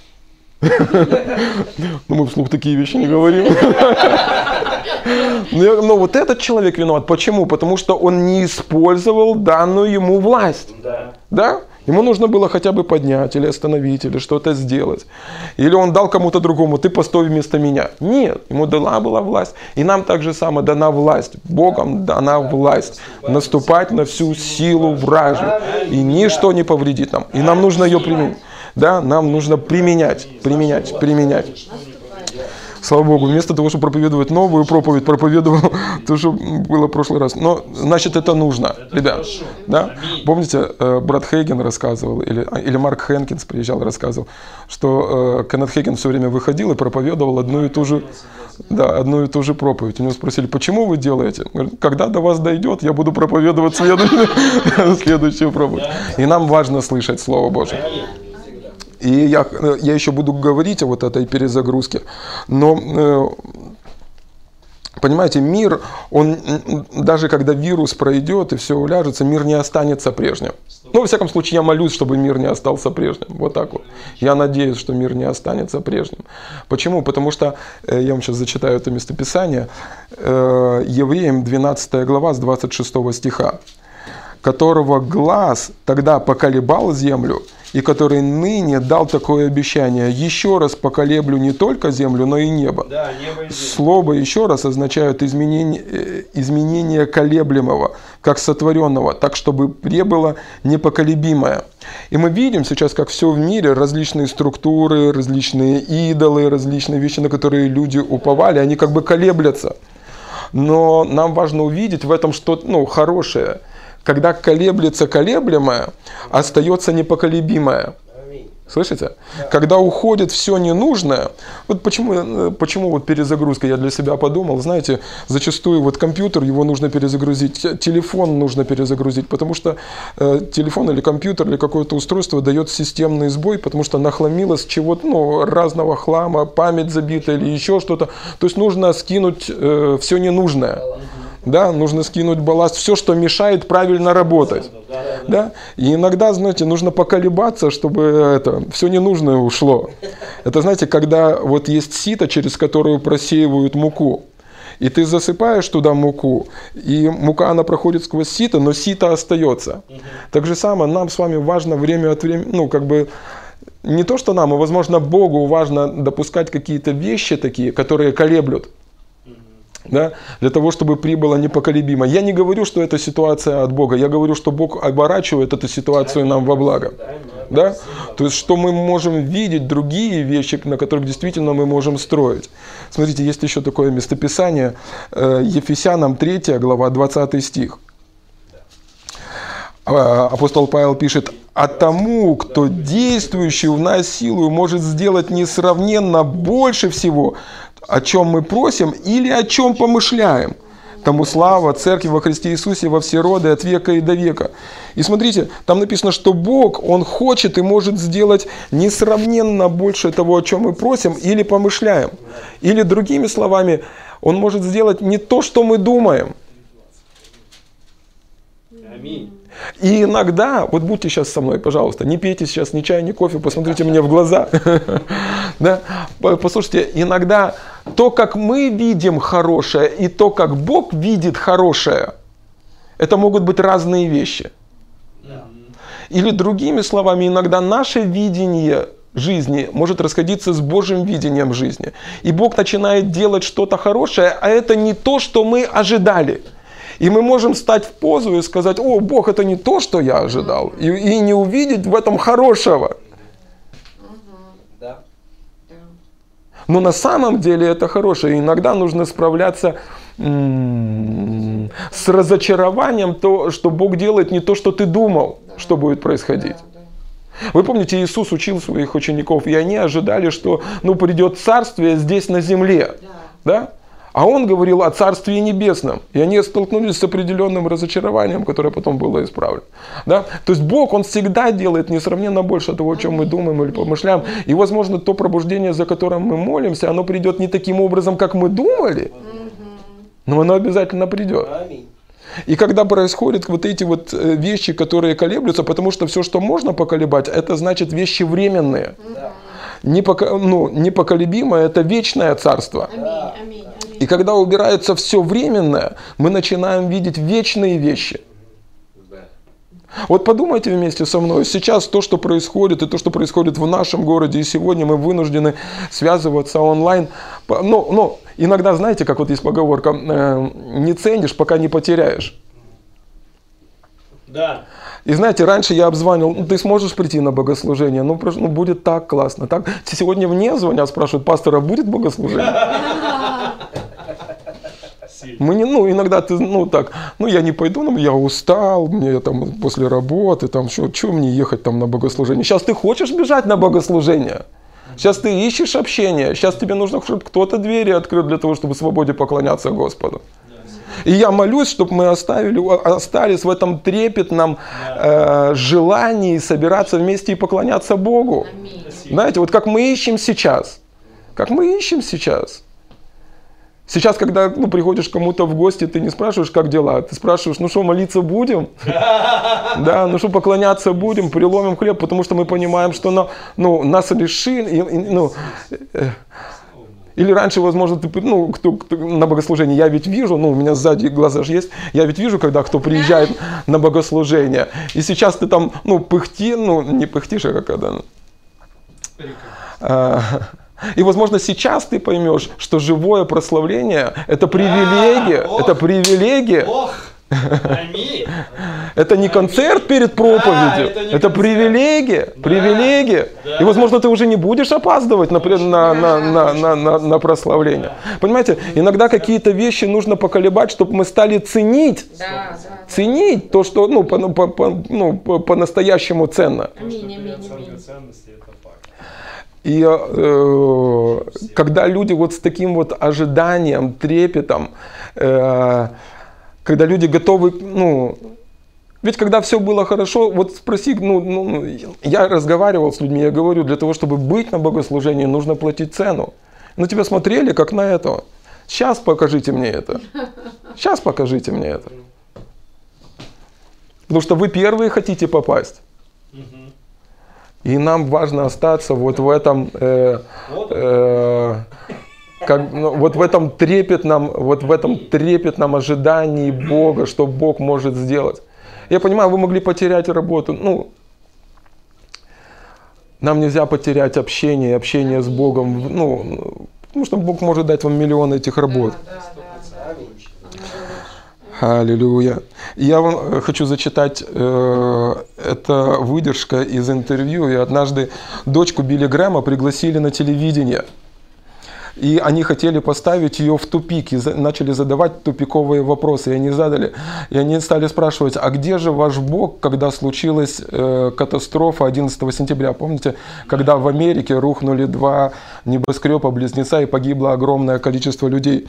Ну, мы вслух такие вещи не говорим. Но вот этот человек виноват. Почему? Потому что он не использовал данную ему власть. Да? Ему нужно было хотя бы поднять или остановить, или что-то сделать. Или он дал кому-то другому: ты постой вместо меня. Нет, ему дана была власть. И нам так же само дана власть. Богом дана власть. Наступать на всю силу вражью. И ничто не повредит нам. И нам нужно ее применять. Да, нам нужно применять, применять, применять. Слава Богу, вместо того, чтобы проповедовать новую проповедь, проповедовал то, что было в прошлый раз. Но, значит, это нужно, ребят. Да? Помните, брат Хейген рассказывал, или, или Марк Хэнкинс приезжал и рассказывал, что Кеннет Хейген все время выходил и проповедовал одну и ту же, да, одну и ту же проповедь. У него спросили: почему вы делаете? Говорит: когда до вас дойдет, я буду проповедовать следующую, следующую проповедь. И нам важно слышать Слово Божие. И я, я еще буду говорить о вот этой перезагрузке. Но, понимаете, мир, он, даже когда вирус пройдет и все уляжется, мир не останется прежним. Ну, во всяком случае, я молюсь, чтобы мир не остался прежним. Вот так вот. Я надеюсь, что мир не останется прежним. Почему? Потому что, я вам сейчас зачитаю это местописание, Евреям двенадцатая глава с двадцать шестого стиха. которого глаз тогда поколебал землю, и который ныне дал такое обещание: еще раз поколеблю не только землю, но и небо. Да, небо и землю. Слово еще раз означает изменение, изменение колеблемого, как сотворенного, так, чтобы пребыло непоколебимое. И мы видим сейчас, как все в мире, различные структуры, различные идолы, различные вещи, на которые люди уповали, они как бы колеблятся. Но нам важно увидеть в этом что-то, ну, хорошее. Когда колеблется колеблемое, остается непоколебимое. Слышите? Да. Когда уходит все ненужное, вот почему, почему вот перезагрузка, я для себя подумал, знаете, зачастую вот компьютер, его нужно перезагрузить, телефон нужно перезагрузить, потому что э, телефон или компьютер или какое-то устройство дает системный сбой, потому что нахламилось чего-то, ну, разного хлама, память забита или еще что-то, то есть нужно скинуть э, все ненужное. Да, нужно скинуть балласт, все, что мешает правильно работать. Да? И иногда, знаете, нужно поколебаться, чтобы это, все ненужное ушло. Это, знаете, когда вот есть сито, через которую просеивают муку, и ты засыпаешь туда муку, и мука, она проходит сквозь сито, но сито остается. Так же самое, нам с вами важно время от времени, ну, как бы, не то, что нам, а, возможно, Богу важно допускать какие-то вещи такие, которые колеблют. Да, для того, чтобы прибыло непоколебимо. Я не говорю, что это ситуация от Бога. Я говорю, что Бог оборачивает эту ситуацию нам во благо. Да? То есть, что мы можем видеть другие вещи, на которых действительно мы можем строить. Смотрите, есть еще такое местописание. Ефесянам третья глава, двадцатый стих. Апостол Павел пишет: «А тому, кто действующий в нас силою может сделать несравненно больше всего, о чем мы просим или о чем помышляем, тому слава Церкви во Христе Иисусе во все роды, от века и до века». И смотрите, там написано, что Бог, Он хочет и может сделать несравненно больше того, о чем мы просим или помышляем. Или другими словами, Он может сделать не то, что мы думаем. Аминь. И иногда, вот будьте сейчас со мной, пожалуйста, не пейте сейчас ни чай, ни кофе, посмотрите мне в глаза. Да? Послушайте, иногда то, как мы видим хорошее, и то, как Бог видит хорошее, это могут быть разные вещи. Или другими словами, иногда наше видение жизни может расходиться с Божьим видением жизни. И Бог начинает делать что-то хорошее, а это не то, что мы ожидали. И мы можем стать в позу и сказать: о, Бог, это не то, что я ожидал. И, и не увидеть в этом хорошего. Но на самом деле это хорошее. И иногда нужно справляться м-м, с разочарованием, то, что Бог делает не то, что ты думал, что будет происходить. Вы помните, Иисус учил своих учеников, и они ожидали, что, ну, придет царствие здесь на земле. Да? А Он говорил о Царстве Небесном. И они столкнулись с определенным разочарованием, которое потом было исправлено. Да? То есть Бог, Он всегда делает несравненно больше того, о чем мы думаем или помышляем. И, возможно, то пробуждение, за которым мы молимся, оно придет не таким образом, как мы думали, но оно обязательно придет. И когда происходят вот эти вот вещи, которые колеблются, потому что все, что можно поколебать, это значит вещи временные. Непоко, ну, непоколебимое — это вечное царство. Аминь, аминь. И когда убирается все временное, мы начинаем видеть вечные вещи. Вот подумайте вместе со мной, сейчас то, что происходит, и то, что происходит в нашем городе, и сегодня мы вынуждены связываться онлайн. Ну, ну, иногда, знаете, как вот есть поговорка, э, не ценишь, пока не потеряешь. Да. И знаете, раньше я обзванивал: ну, ты сможешь прийти на богослужение? Ну, ну, будет так классно. Так. Сегодня мне звонят, спрашивают: пастора, будет богослужение? Мы не, ну, иногда ты, ну, так, ну, я не пойду, ну, я устал, мне там после работы, там, что, что мне ехать там на богослужение? Сейчас ты хочешь бежать на богослужение? Сейчас ты ищешь общение, сейчас тебе нужно, чтобы кто-то двери открыл для того, чтобы в свободе поклоняться Господу. И я молюсь, чтобы мы оставили, остались в этом трепетном э, желании собираться вместе и поклоняться Богу. Знаете, вот как мы ищем сейчас. Как мы ищем сейчас. Сейчас, когда, ну, приходишь к кому-то в гости, ты не спрашиваешь, как дела, ты спрашиваешь: ну что, молиться будем? Да, ну что, поклоняться будем, переломим хлеб, потому что мы понимаем, что на, ну, нас лишили, ну, Или раньше, возможно, ты, ну, кто, кто на богослужение, я ведь вижу, ну, у меня сзади глаза же есть, я ведь вижу, когда кто приезжает на богослужение. И сейчас ты там, ну, пыхти, ну, не пыхтишь, а как когда... А, и, возможно, сейчас ты поймешь, что живое прославление – это привилегия, А, это привилегия. Ох, аминь. Это не концерт перед проповедью, Да, это не это концерт. привилегия, Да, привилегия. да. И, возможно, ты уже не будешь опаздывать на, при- на, на, на, на, на, на прославление. Понимаете, иногда какие-то вещи нужно поколебать, чтобы мы стали ценить, Да, да. ценить то, что ну, по, ну, по, по, ну, по- по-настоящему ценно. Аминь, аминь, Оценка аминь. ценностей – это факт. И э, когда люди вот с таким вот ожиданием, трепетом, э, когда люди готовы, ну, ведь когда все было хорошо, вот спроси, ну, ну, я разговаривал с людьми, я говорю, для того, чтобы быть на богослужении, нужно платить цену. На тебя смотрели, как на этого. Сейчас покажите мне это. Сейчас покажите мне это. Потому что вы первые хотите попасть. Мгм. И нам важно остаться вот в этом, э, э, как, ну, вот в этом трепетном, вот в этом трепетном ожидании Бога, что Бог может сделать. Я понимаю, вы могли потерять работу. Ну, нам нельзя потерять общение, общение с Богом. Ну, потому что Бог может дать вам миллион этих работ. Да, да, да, да. Аллилуйя. Я вам хочу зачитать, э, это выдержка из интервью. И однажды дочку Билли Грэма пригласили на телевидение. И они хотели поставить ее в тупик, и за, начали задавать тупиковые вопросы. И они задали, и они стали спрашивать, а где же ваш Бог, когда случилась э, катастрофа одиннадцатого сентября? Помните, когда в Америке рухнули два небоскреба-близнеца и погибло огромное количество людей?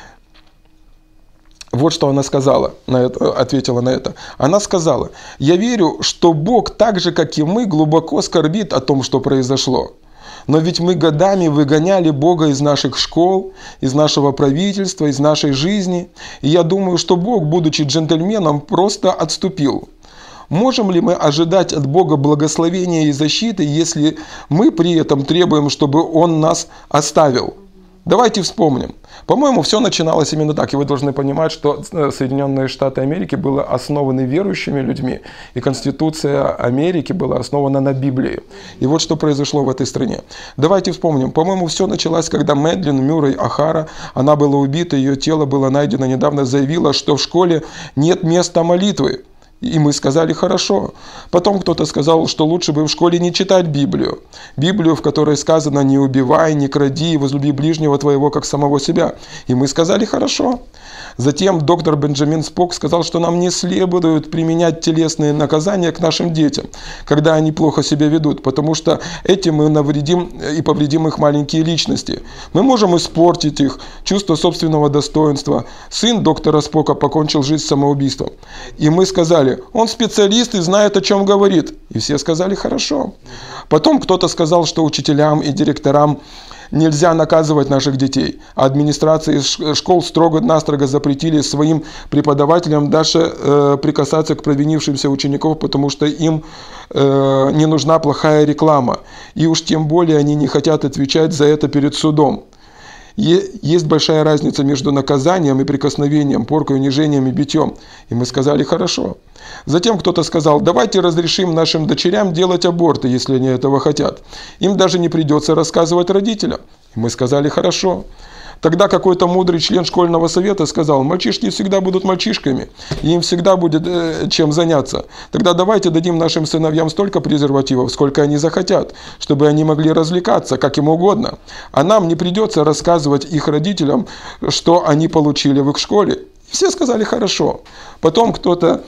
Вот что она сказала, на это, ответила на это. Она сказала, я верю, что Бог так же, как и мы, глубоко скорбит о том, что произошло. Но ведь мы годами выгоняли Бога из наших школ, из нашего правительства, из нашей жизни. И я думаю, что Бог, будучи джентльменом, просто отступил. Можем ли мы ожидать от Бога благословения и защиты, если мы при этом требуем, чтобы Он нас оставил? Давайте вспомним. По-моему, все начиналось именно так. И вы должны понимать, что Соединенные Штаты Америки были основаны верующими людьми. И Конституция Америки была основана на Библии. И вот что произошло в этой стране. Давайте вспомним. По-моему, все началось, когда Мэдлин Мюррей О'Хара, она была убита, ее тело было найдено недавно, заявила, что в школе нет места молитвы. И мы сказали хорошо. Потом кто-то сказал, что лучше бы в школе не читать Библию. Библию, в которой сказано «не убивай, не кради, возлюби ближнего твоего, как самого себя». И мы сказали хорошо. Затем доктор Бенджамин Спок сказал, что нам не следует применять телесные наказания к нашим детям, когда они плохо себя ведут, потому что этим мы навредим и повредим их маленькие личности. Мы можем испортить их чувство собственного достоинства. Сын доктора Спока покончил жизнь самоубийством. И мы сказали, он специалист и знает, о чем говорит. И все сказали хорошо. Потом кто-то сказал, что учителям и директорам нельзя наказывать наших детей. А администрации школ строго-настрого запретили своим преподавателям даже э, прикасаться к провинившимся ученикам, потому что им э, не нужна плохая реклама. И уж тем более они не хотят отвечать за это перед судом. Есть большая разница между наказанием и прикосновением, поркой, унижением и битьем. И мы сказали хорошо. Затем кто-то сказал, давайте разрешим нашим дочерям делать аборты, если они этого хотят. Им даже не придется рассказывать родителям. И мы сказали хорошо. Тогда какой-то мудрый член школьного совета сказал, мальчишки всегда будут мальчишками, и им всегда будет э, чем заняться. Тогда давайте дадим нашим сыновьям столько презервативов, сколько они захотят, чтобы они могли развлекаться, как им угодно. А нам не придется рассказывать их родителям, что они получили в их школе. Все сказали хорошо. Потом кто-то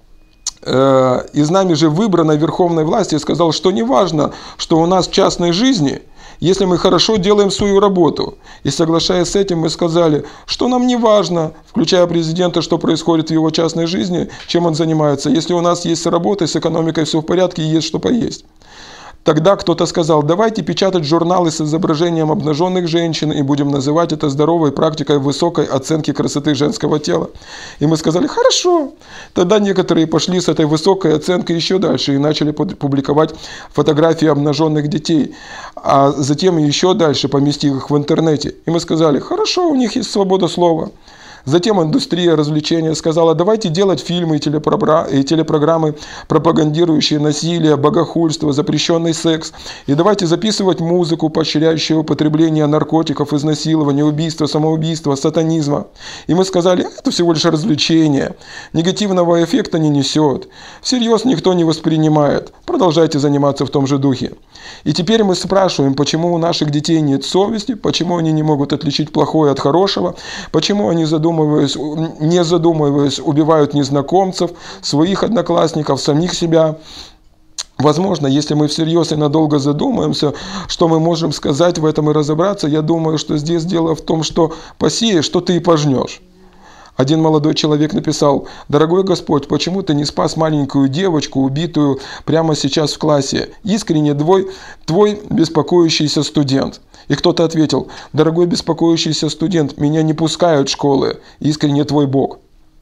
э, из нами же выбранной верховной власти сказал, что не важно, что у нас в частной жизни, если мы хорошо делаем свою работу. И соглашаясь с этим, мы сказали, что нам не важно, включая президента, что происходит в его частной жизни, чем он занимается. Если у нас есть работа, с экономикой все в порядке и есть что поесть. Тогда кто-то сказал, давайте печатать журналы с изображением обнаженных женщин и будем называть это здоровой практикой высокой оценки красоты женского тела. И мы сказали, хорошо. Тогда некоторые пошли с этой высокой оценкой еще дальше и начали публиковать фотографии обнаженных детей, а затем еще дальше поместив их в интернете. И мы сказали, хорошо, у них есть свобода слова. Затем индустрия развлечения сказала, давайте делать фильмы и телепрограммы, пропагандирующие насилие, богохульство, запрещенный секс. И давайте записывать музыку, поощряющую употребление наркотиков, изнасилования, убийства, самоубийства, сатанизма. И мы сказали, это всего лишь развлечение. Негативного эффекта не несет. Всерьез никто не воспринимает. Продолжайте заниматься в том же духе. И теперь мы спрашиваем, почему у наших детей нет совести, почему они не могут отличить плохое от хорошего, почему они, задумываясь, не задумываясь, убивают незнакомцев, своих одноклассников, самих себя. Возможно, если мы всерьез и надолго задумаемся, что мы можем сказать в этом и разобраться, я думаю, что здесь дело в том, что посеешь, что ты и пожнешь. Один молодой человек написал, «Дорогой Господь, почему ты не спас маленькую девочку, убитую прямо сейчас в классе? Искренне твой, твой беспокоящийся студент». И кто-то ответил, «Дорогой беспокоящийся студент, меня не пускают в школы, искренне твой Бог».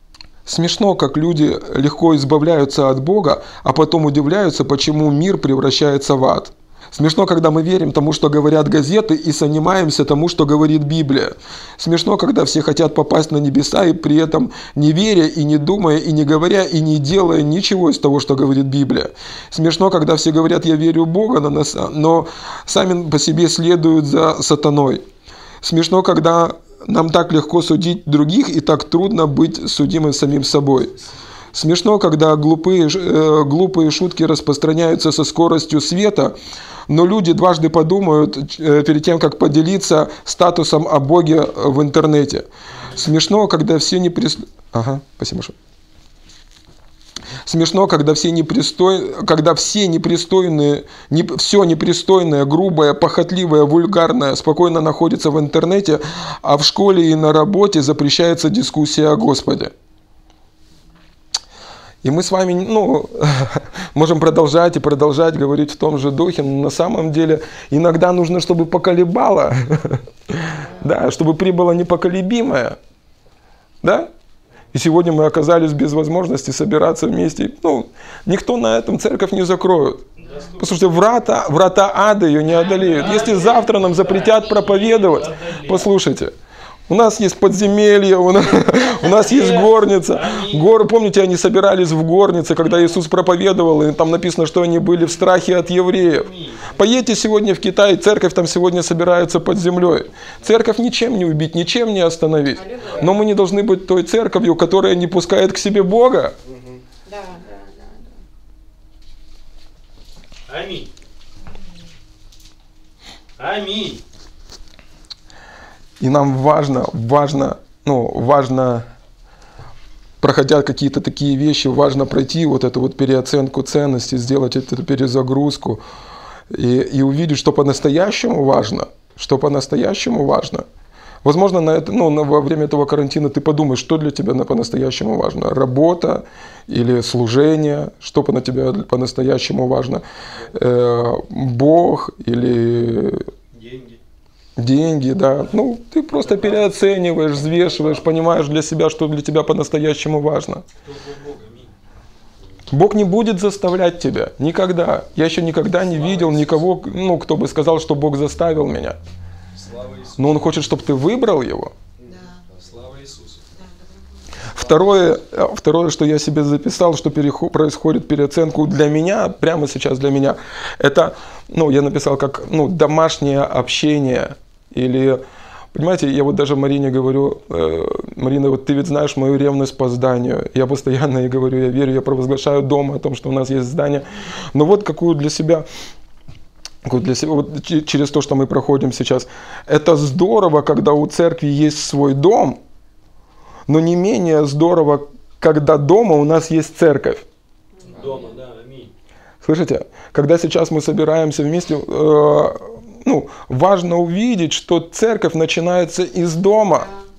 Смешно, как люди легко избавляются от Бога, а потом удивляются, почему мир превращается в ад. Смешно, когда мы верим тому, что говорят газеты, и занимаемся тому, что говорит Библия. Смешно, когда все хотят попасть на небеса, и при этом не веря, и не думая, и не говоря, и не делая ничего из того, что говорит Библия. Смешно, когда все говорят, я верю в Бога, но сами по себе следуют за сатаной. Смешно, когда нам так легко судить других, и так трудно быть судимым самим собой. Смешно, когда глупые, э, глупые шутки распространяются со скоростью света, но люди дважды подумают э, перед тем, как поделиться статусом о Боге в интернете. Смешно, когда все непристойные... Ага, спасибо большое. Смешно, когда все непристойные, когда все непристойные, не, все непристойное, грубое, похотливое, вульгарное спокойно находится в интернете, а в школе и на работе запрещается дискуссия о Господе. И мы с вами, ну, можем продолжать и продолжать говорить в том же духе, но на самом деле иногда нужно, чтобы поколебало, да, чтобы прибыло непоколебимое, да. И сегодня мы оказались без возможности собираться вместе. Ну, никто на этом церковь не закроет. Послушайте, врата, врата ада ее не одолеют. Если завтра нам запретят проповедовать, послушайте. У нас есть подземелье, у нас, у нас есть горница. Горы, помните, они собирались в горнице, когда Иисус проповедовал, и там написано, что они были в страхе от евреев. Поедьте сегодня в Китай, церковь там сегодня собирается под землей. Церковь ничем не убить, ничем не остановить. Но мы не должны быть той церковью, которая не пускает к себе Бога. Да, да, да, да. Аминь. Аминь. И нам важно, важно, ну, важно, проходя какие-то такие вещи, важно пройти вот эту вот переоценку ценностей, сделать эту перезагрузку и, и увидеть, что по-настоящему важно, что по-настоящему важно. Возможно, на это, ну, во время этого карантина ты подумаешь, что для тебя по-настоящему важно. Работа или служение, что на тебя по-настоящему важно. Э, Бог или... Деньги. Деньги, да. Ну, ты просто переоцениваешь, взвешиваешь, понимаешь для себя, что для тебя по-настоящему важно. Бог не будет заставлять тебя. Никогда. Я еще никогда не видел никого, ну, кто бы сказал, что Бог заставил меня. Но Он хочет, чтобы ты выбрал Его. Слава Иисусу. Второе, второе, что я себе записал, что переход, происходит переоценку для меня, прямо сейчас для меня, это, ну, я написал как, ну, домашнее общение. Или, понимаете, я вот даже Марине говорю, э, Марина, вот ты ведь знаешь мою ревность по зданию. Я постоянно ей говорю, я верю, я провозглашаю дома о том, что у нас есть здание. Но вот какую для себя... Для себя, вот через то, что мы проходим сейчас. Это здорово, когда у церкви есть свой дом, но не менее здорово, когда дома у нас есть церковь. Дома, да, аминь. Слышите? Когда сейчас мы собираемся вместе, э, ну, важно увидеть, что церковь начинается из дома.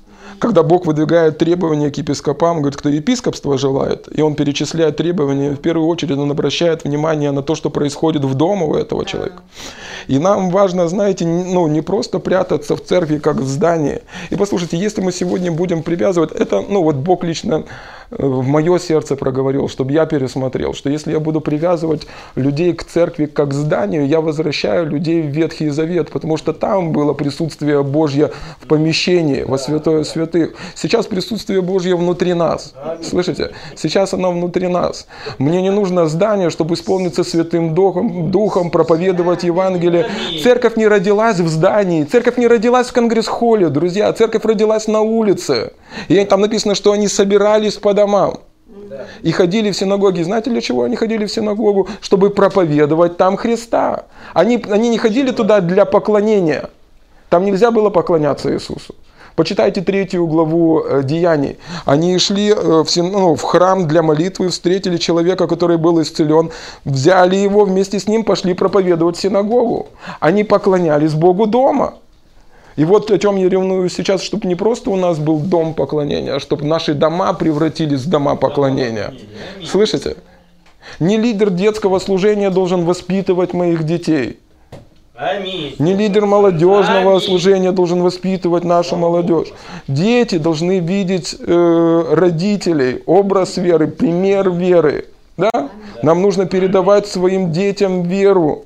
когда Бог выдвигает требования к епископам, говорит, кто епископство желает, и он перечисляет требования, в первую очередь он обращает внимание на то, что происходит в доме у этого человека. И нам важно, знаете, ну, не просто прятаться в церкви, как в здании. И послушайте, если мы сегодня будем привязывать, это, ну вот Бог лично в мое сердце проговорил, чтобы я пересмотрел, что если я буду привязывать людей к церкви как к зданию, я возвращаю людей в Ветхий Завет, потому что там было присутствие Божье в помещении, во святое святых. Сейчас присутствие Божье внутри нас. Слышите? Сейчас оно внутри нас. Мне не нужно здание, чтобы исполниться Святым Духом, Духом проповедовать Евангелие. Церковь не родилась в здании, церковь не родилась в конгресс-холле, друзья, церковь родилась на улице. И там написано, что они собирались по домам и ходили в синагоги. Знаете, для чего они ходили в синагогу? Чтобы проповедовать там Христа. Они, они не ходили туда для поклонения. Там нельзя было поклоняться Иисусу. Почитайте третью главу Деяний. Они шли в, ну, в храм для молитвы, встретили человека, который был исцелен, взяли его, вместе с ним пошли проповедовать в синагогу. Они поклонялись Богу дома. И вот о чем я ревную сейчас, чтобы не просто у нас был дом поклонения, а чтобы наши дома превратились в дома поклонения. Слышите? Не лидер детского служения должен воспитывать моих детей. Аминь. Не лидер молодежного Аминь. служения должен воспитывать нашу молодежь. Дети должны видеть э, родителей, образ веры, пример веры. Да? Нам нужно передавать своим детям веру.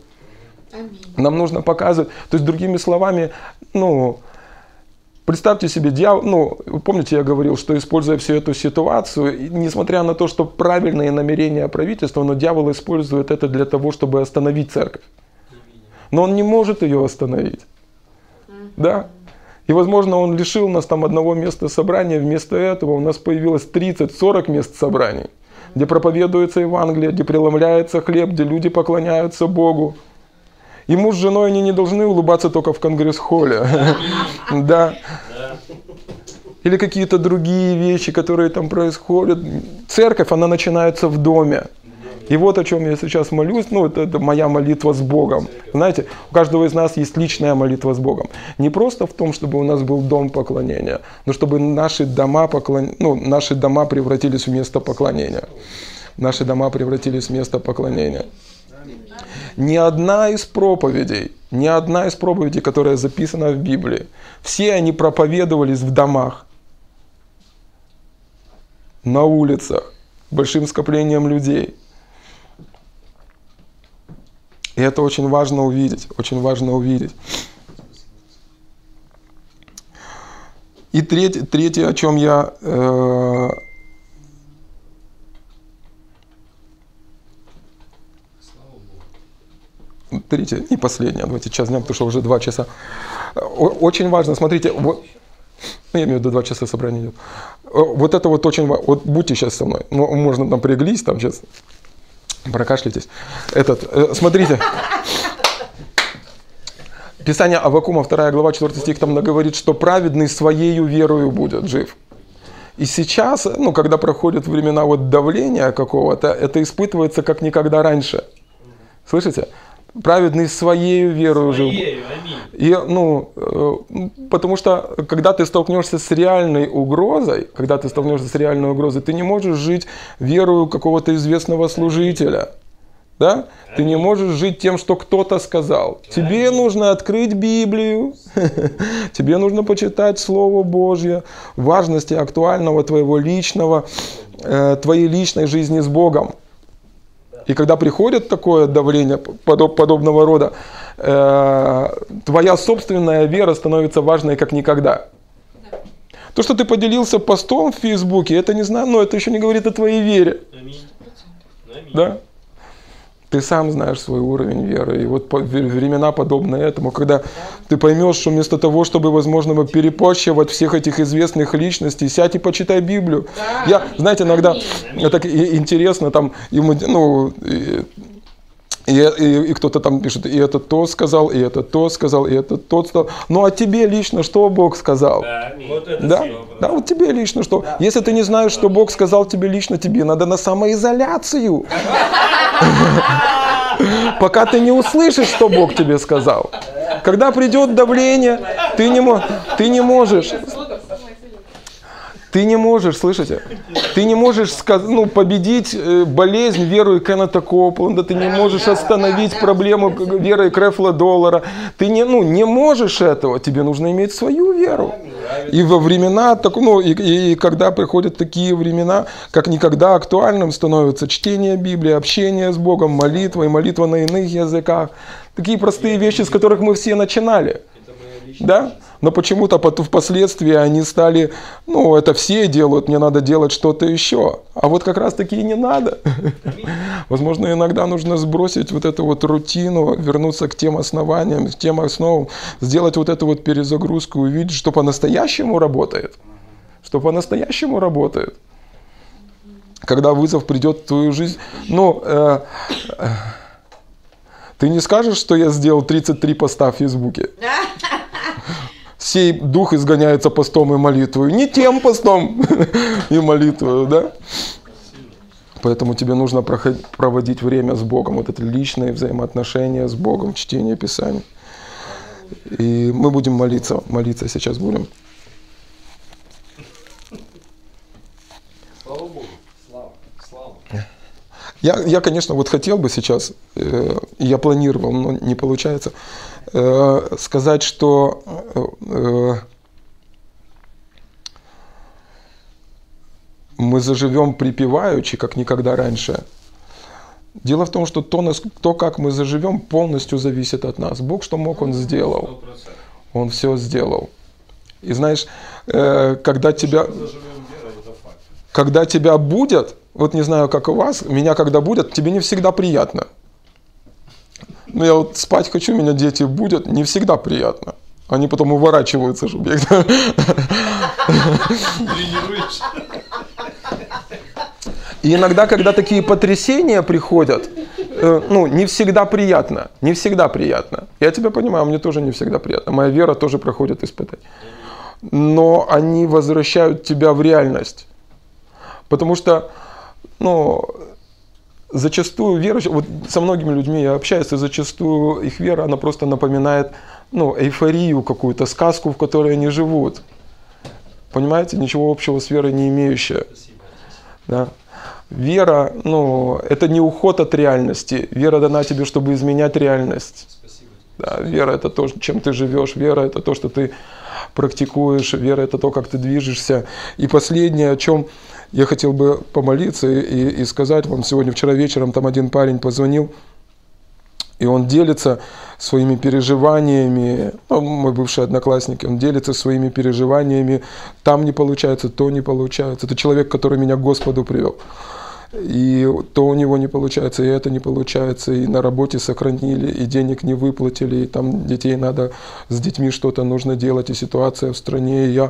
Нам нужно показывать, то есть другими словами, ну, представьте себе, дьявол, ну, помните, я говорил, что используя всю эту ситуацию, несмотря на то, что правильные намерения правительства, но дьявол использует это для того, чтобы остановить церковь. Но он не может ее остановить. Да? И, возможно, он лишил нас там одного места собрания, вместо этого у нас появилось тридцать-сорок мест собраний, где проповедуется Евангелие, где преломляется хлеб, где люди поклоняются Богу. И муж с женой, они не должны улыбаться только в конгресс-холле. Да. Или какие-то другие вещи, которые там происходят. Церковь, она начинается в доме. И вот о чем я сейчас молюсь, ну, это, это моя молитва с Богом. Знаете, у каждого из нас есть личная молитва с Богом. Не просто в том, чтобы у нас был дом поклонения, но чтобы наши дома, поклон... ну, наши дома превратились в место поклонения. Наши дома превратились в место поклонения. Ни одна из проповедей, ни одна из проповедей, которая записана в Библии, все они проповедовались в домах, на улицах, большим скоплением людей. И это очень важно увидеть, очень важно увидеть. И третье, третье о чем я... Э, Третье и последнее, давайте час дня, потому что уже два часа. Очень важно, смотрите, вот, я имею в виду два часа собрания идет. Вот это вот очень важно, вот будьте сейчас со мной, ну, можно напряглись, там сейчас прокашляйтесь. Этот, смотрите, Писание Аввакума, вторая глава, четвёртый стих, там говорит, что праведный своею верою будет жив. И сейчас, ну, когда проходят времена вот давления какого-то, это испытывается как никогда раньше. Слышите? Праведный своей верой жил. И, ну, потому что, когда ты столкнешься с реальной угрозой, когда ты столкнешься с реальной угрозой, ты не можешь жить верою какого-то известного служителя. Да? Ты не можешь жить тем, что кто-то сказал. Тебе нужно открыть Библию, тебе нужно почитать Слово Божье, важности актуального твоего личного, твоей личной жизни с Богом. И когда приходит такое давление подоб, подобного рода, э, твоя собственная вера становится важной как никогда. Да. То, что ты поделился постом в Фейсбуке, это не знаю, но это еще не говорит о твоей вере. Аминь. Аминь. Да? Ты сам знаешь свой уровень веры. И вот времена подобные этому, когда ты поймешь, что вместо того, чтобы, возможно, перепощивать всех этих известных личностей, сядь и почитай Библию. Да. Я, знаете, иногда так интересно, там, ему, ну, и, и, и, и кто-то там пишет, и это то сказал, и это то сказал, и это тот сказал. Ну, а тебе лично что Бог сказал? Да, вот это да? Да, вот тебе лично что? Да. Если ты не знаешь, что Бог сказал тебе лично, тебе надо на самоизоляцию. Пока ты не услышишь, что Бог тебе сказал. Когда придет давление, ты не, ты не можешь. Ты не можешь, слышите? Ты не можешь ну, победить болезнь верой Кеннета Копленда, ты не можешь остановить проблему верой Крефла Доллара. Ты не, ну, не можешь этого, тебе нужно иметь свою веру. И во времена, так, ну, и, и когда приходят такие времена, как никогда актуальным становится чтение Библии, общение с Богом, молитва и молитва на иных языках. Такие простые вещи, с которых мы все начинали. Да? Но почему-то впоследствии они стали, ну, это все делают, мне надо делать что-то еще. А вот как раз таки и не надо. Возможно, иногда нужно сбросить вот эту вот рутину, вернуться к тем основаниям, к тем основам, сделать вот эту вот перезагрузку, увидеть, что по-настоящему работает. Что по-настоящему работает. Когда вызов придет в твою жизнь, ну, э, э, ты не скажешь, что я сделал тридцать три поста в Фейсбуке? Сей дух изгоняется постом и молитвой. Не тем постом и молитвой, да? Поэтому тебе нужно проходить, проводить время с Богом. Вот это личные взаимоотношения с Богом, чтение Писания. И мы будем молиться. Молиться сейчас будем. Слава Богу. Слава. Слава. Я, я, конечно, вот хотел бы сейчас, э, я планировал, но не получается, э, сказать, что э, мы заживем припеваючи, как никогда раньше. Дело в том, что то, нас, то, как мы заживем, полностью зависит от нас. Бог, что мог, Он сделал. сто процентов. Он все сделал. И знаешь, э, когда тебя... Заживем верой, это факт. Когда тебя будет, вот не знаю, как у вас, меня когда будет, тебе не всегда приятно. Ну, я вот спать хочу, меня дети будут, не всегда приятно. Они потом уворачиваются, чтобы я их... Тренируешь. И иногда, когда такие потрясения приходят, э, ну, не всегда приятно, не всегда приятно. Я тебя понимаю, мне тоже не всегда приятно. Моя вера тоже проходит испытания. Но они возвращают тебя в реальность. Потому что, ну, зачастую верующие, вот со многими людьми я общаюсь, и зачастую их вера, она просто напоминает, ну, эйфорию какую-то, сказку, в которой они живут. Понимаете, ничего общего с верой не имеющая. Да. Вера, ну, это не уход от реальности. Вера дана тебе, чтобы изменять реальность. Да, вера это то, чем ты живешь. Вера это то, что ты практикуешь. Вера это то, как ты движешься. И последнее, о чем я хотел бы помолиться и, и сказать вам сегодня. Вчера вечером там один парень позвонил, и он делится своими переживаниями, ну, мой бывший одноклассник, он делится своими переживаниями, там не получается, то не получается. Это человек, который меня к Господу привел. И то у него не получается, и это не получается, и на работе сохранили, и денег не выплатили, и там детей надо, с детьми что-то нужно делать, и ситуация в стране. И я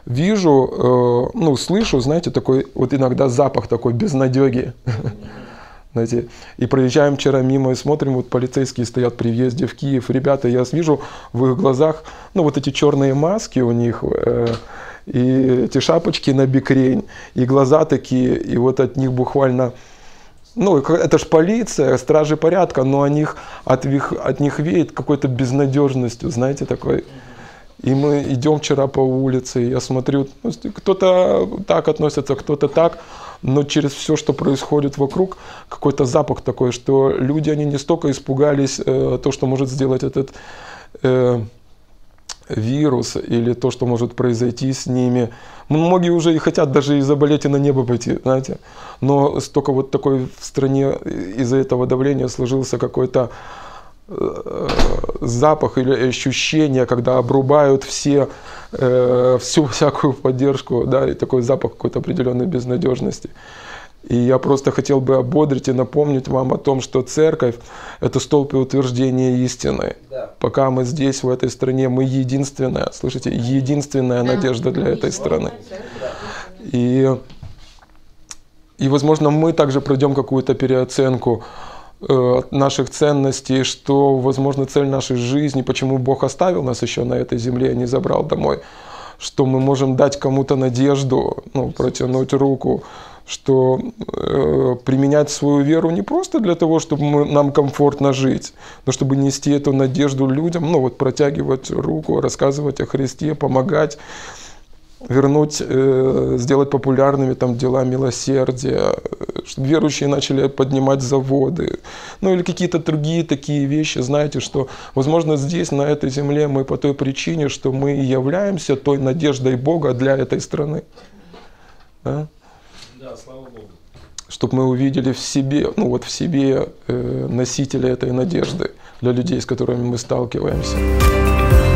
вижу, э, ну, слышу, знаете, такой вот иногда запах такой безнадеги. Знаете, и проезжаем вчера мимо и смотрим, вот полицейские стоят при въезде в Киев. Ребята, я вижу в их глазах, ну, вот эти черные маски у них, э, и эти шапочки на бикрень, и глаза такие, и вот от них буквально, ну, это ж полиция, стражи порядка, но от них, от, них, от них веет какой-то безнадежностью, знаете, такой. И мы идем вчера по улице, и я смотрю, ну, кто-то так относится, кто-то так, но через все, что происходит вокруг, какой-то запах такой, что люди, они не столько испугались э, то, что может сделать этот э, вирус, или то, что может произойти с ними. Многие уже и хотят даже и заболеть, и на небо пойти, знаете. Но столько вот такой в стране из-за этого давления сложился какой-то запах или ощущение, когда обрубают все, э, всю всякую поддержку, да, и такой запах какой-то определенной безнадежности. И я просто хотел бы ободрить и напомнить вам о том, что церковь – это столб и утверждение истины. Да. Пока мы здесь, в этой стране, мы единственная, слышите, единственная да. надежда для этой страны. И, и, возможно, мы также пройдем какую-то переоценку наших ценностей, что, возможно, цель нашей жизни, почему Бог оставил нас еще на этой земле, а не забрал домой, что мы можем дать кому-то надежду, ну, протянуть руку, что э, применять свою веру не просто для того, чтобы мы, нам комфортно жить, но чтобы нести эту надежду людям, ну, вот протягивать руку, рассказывать о Христе, помогать. вернуть, э, сделать популярными там дела милосердия, чтобы верующие начали поднимать заводы, ну или какие-то другие такие вещи, знаете, что, возможно, здесь, на этой земле мы по той причине, что мы являемся той надеждой Бога для этой страны. Да? Да, слава Богу. Чтобы мы увидели в себе, ну вот в себе э, носителя этой надежды для людей, с которыми мы сталкиваемся.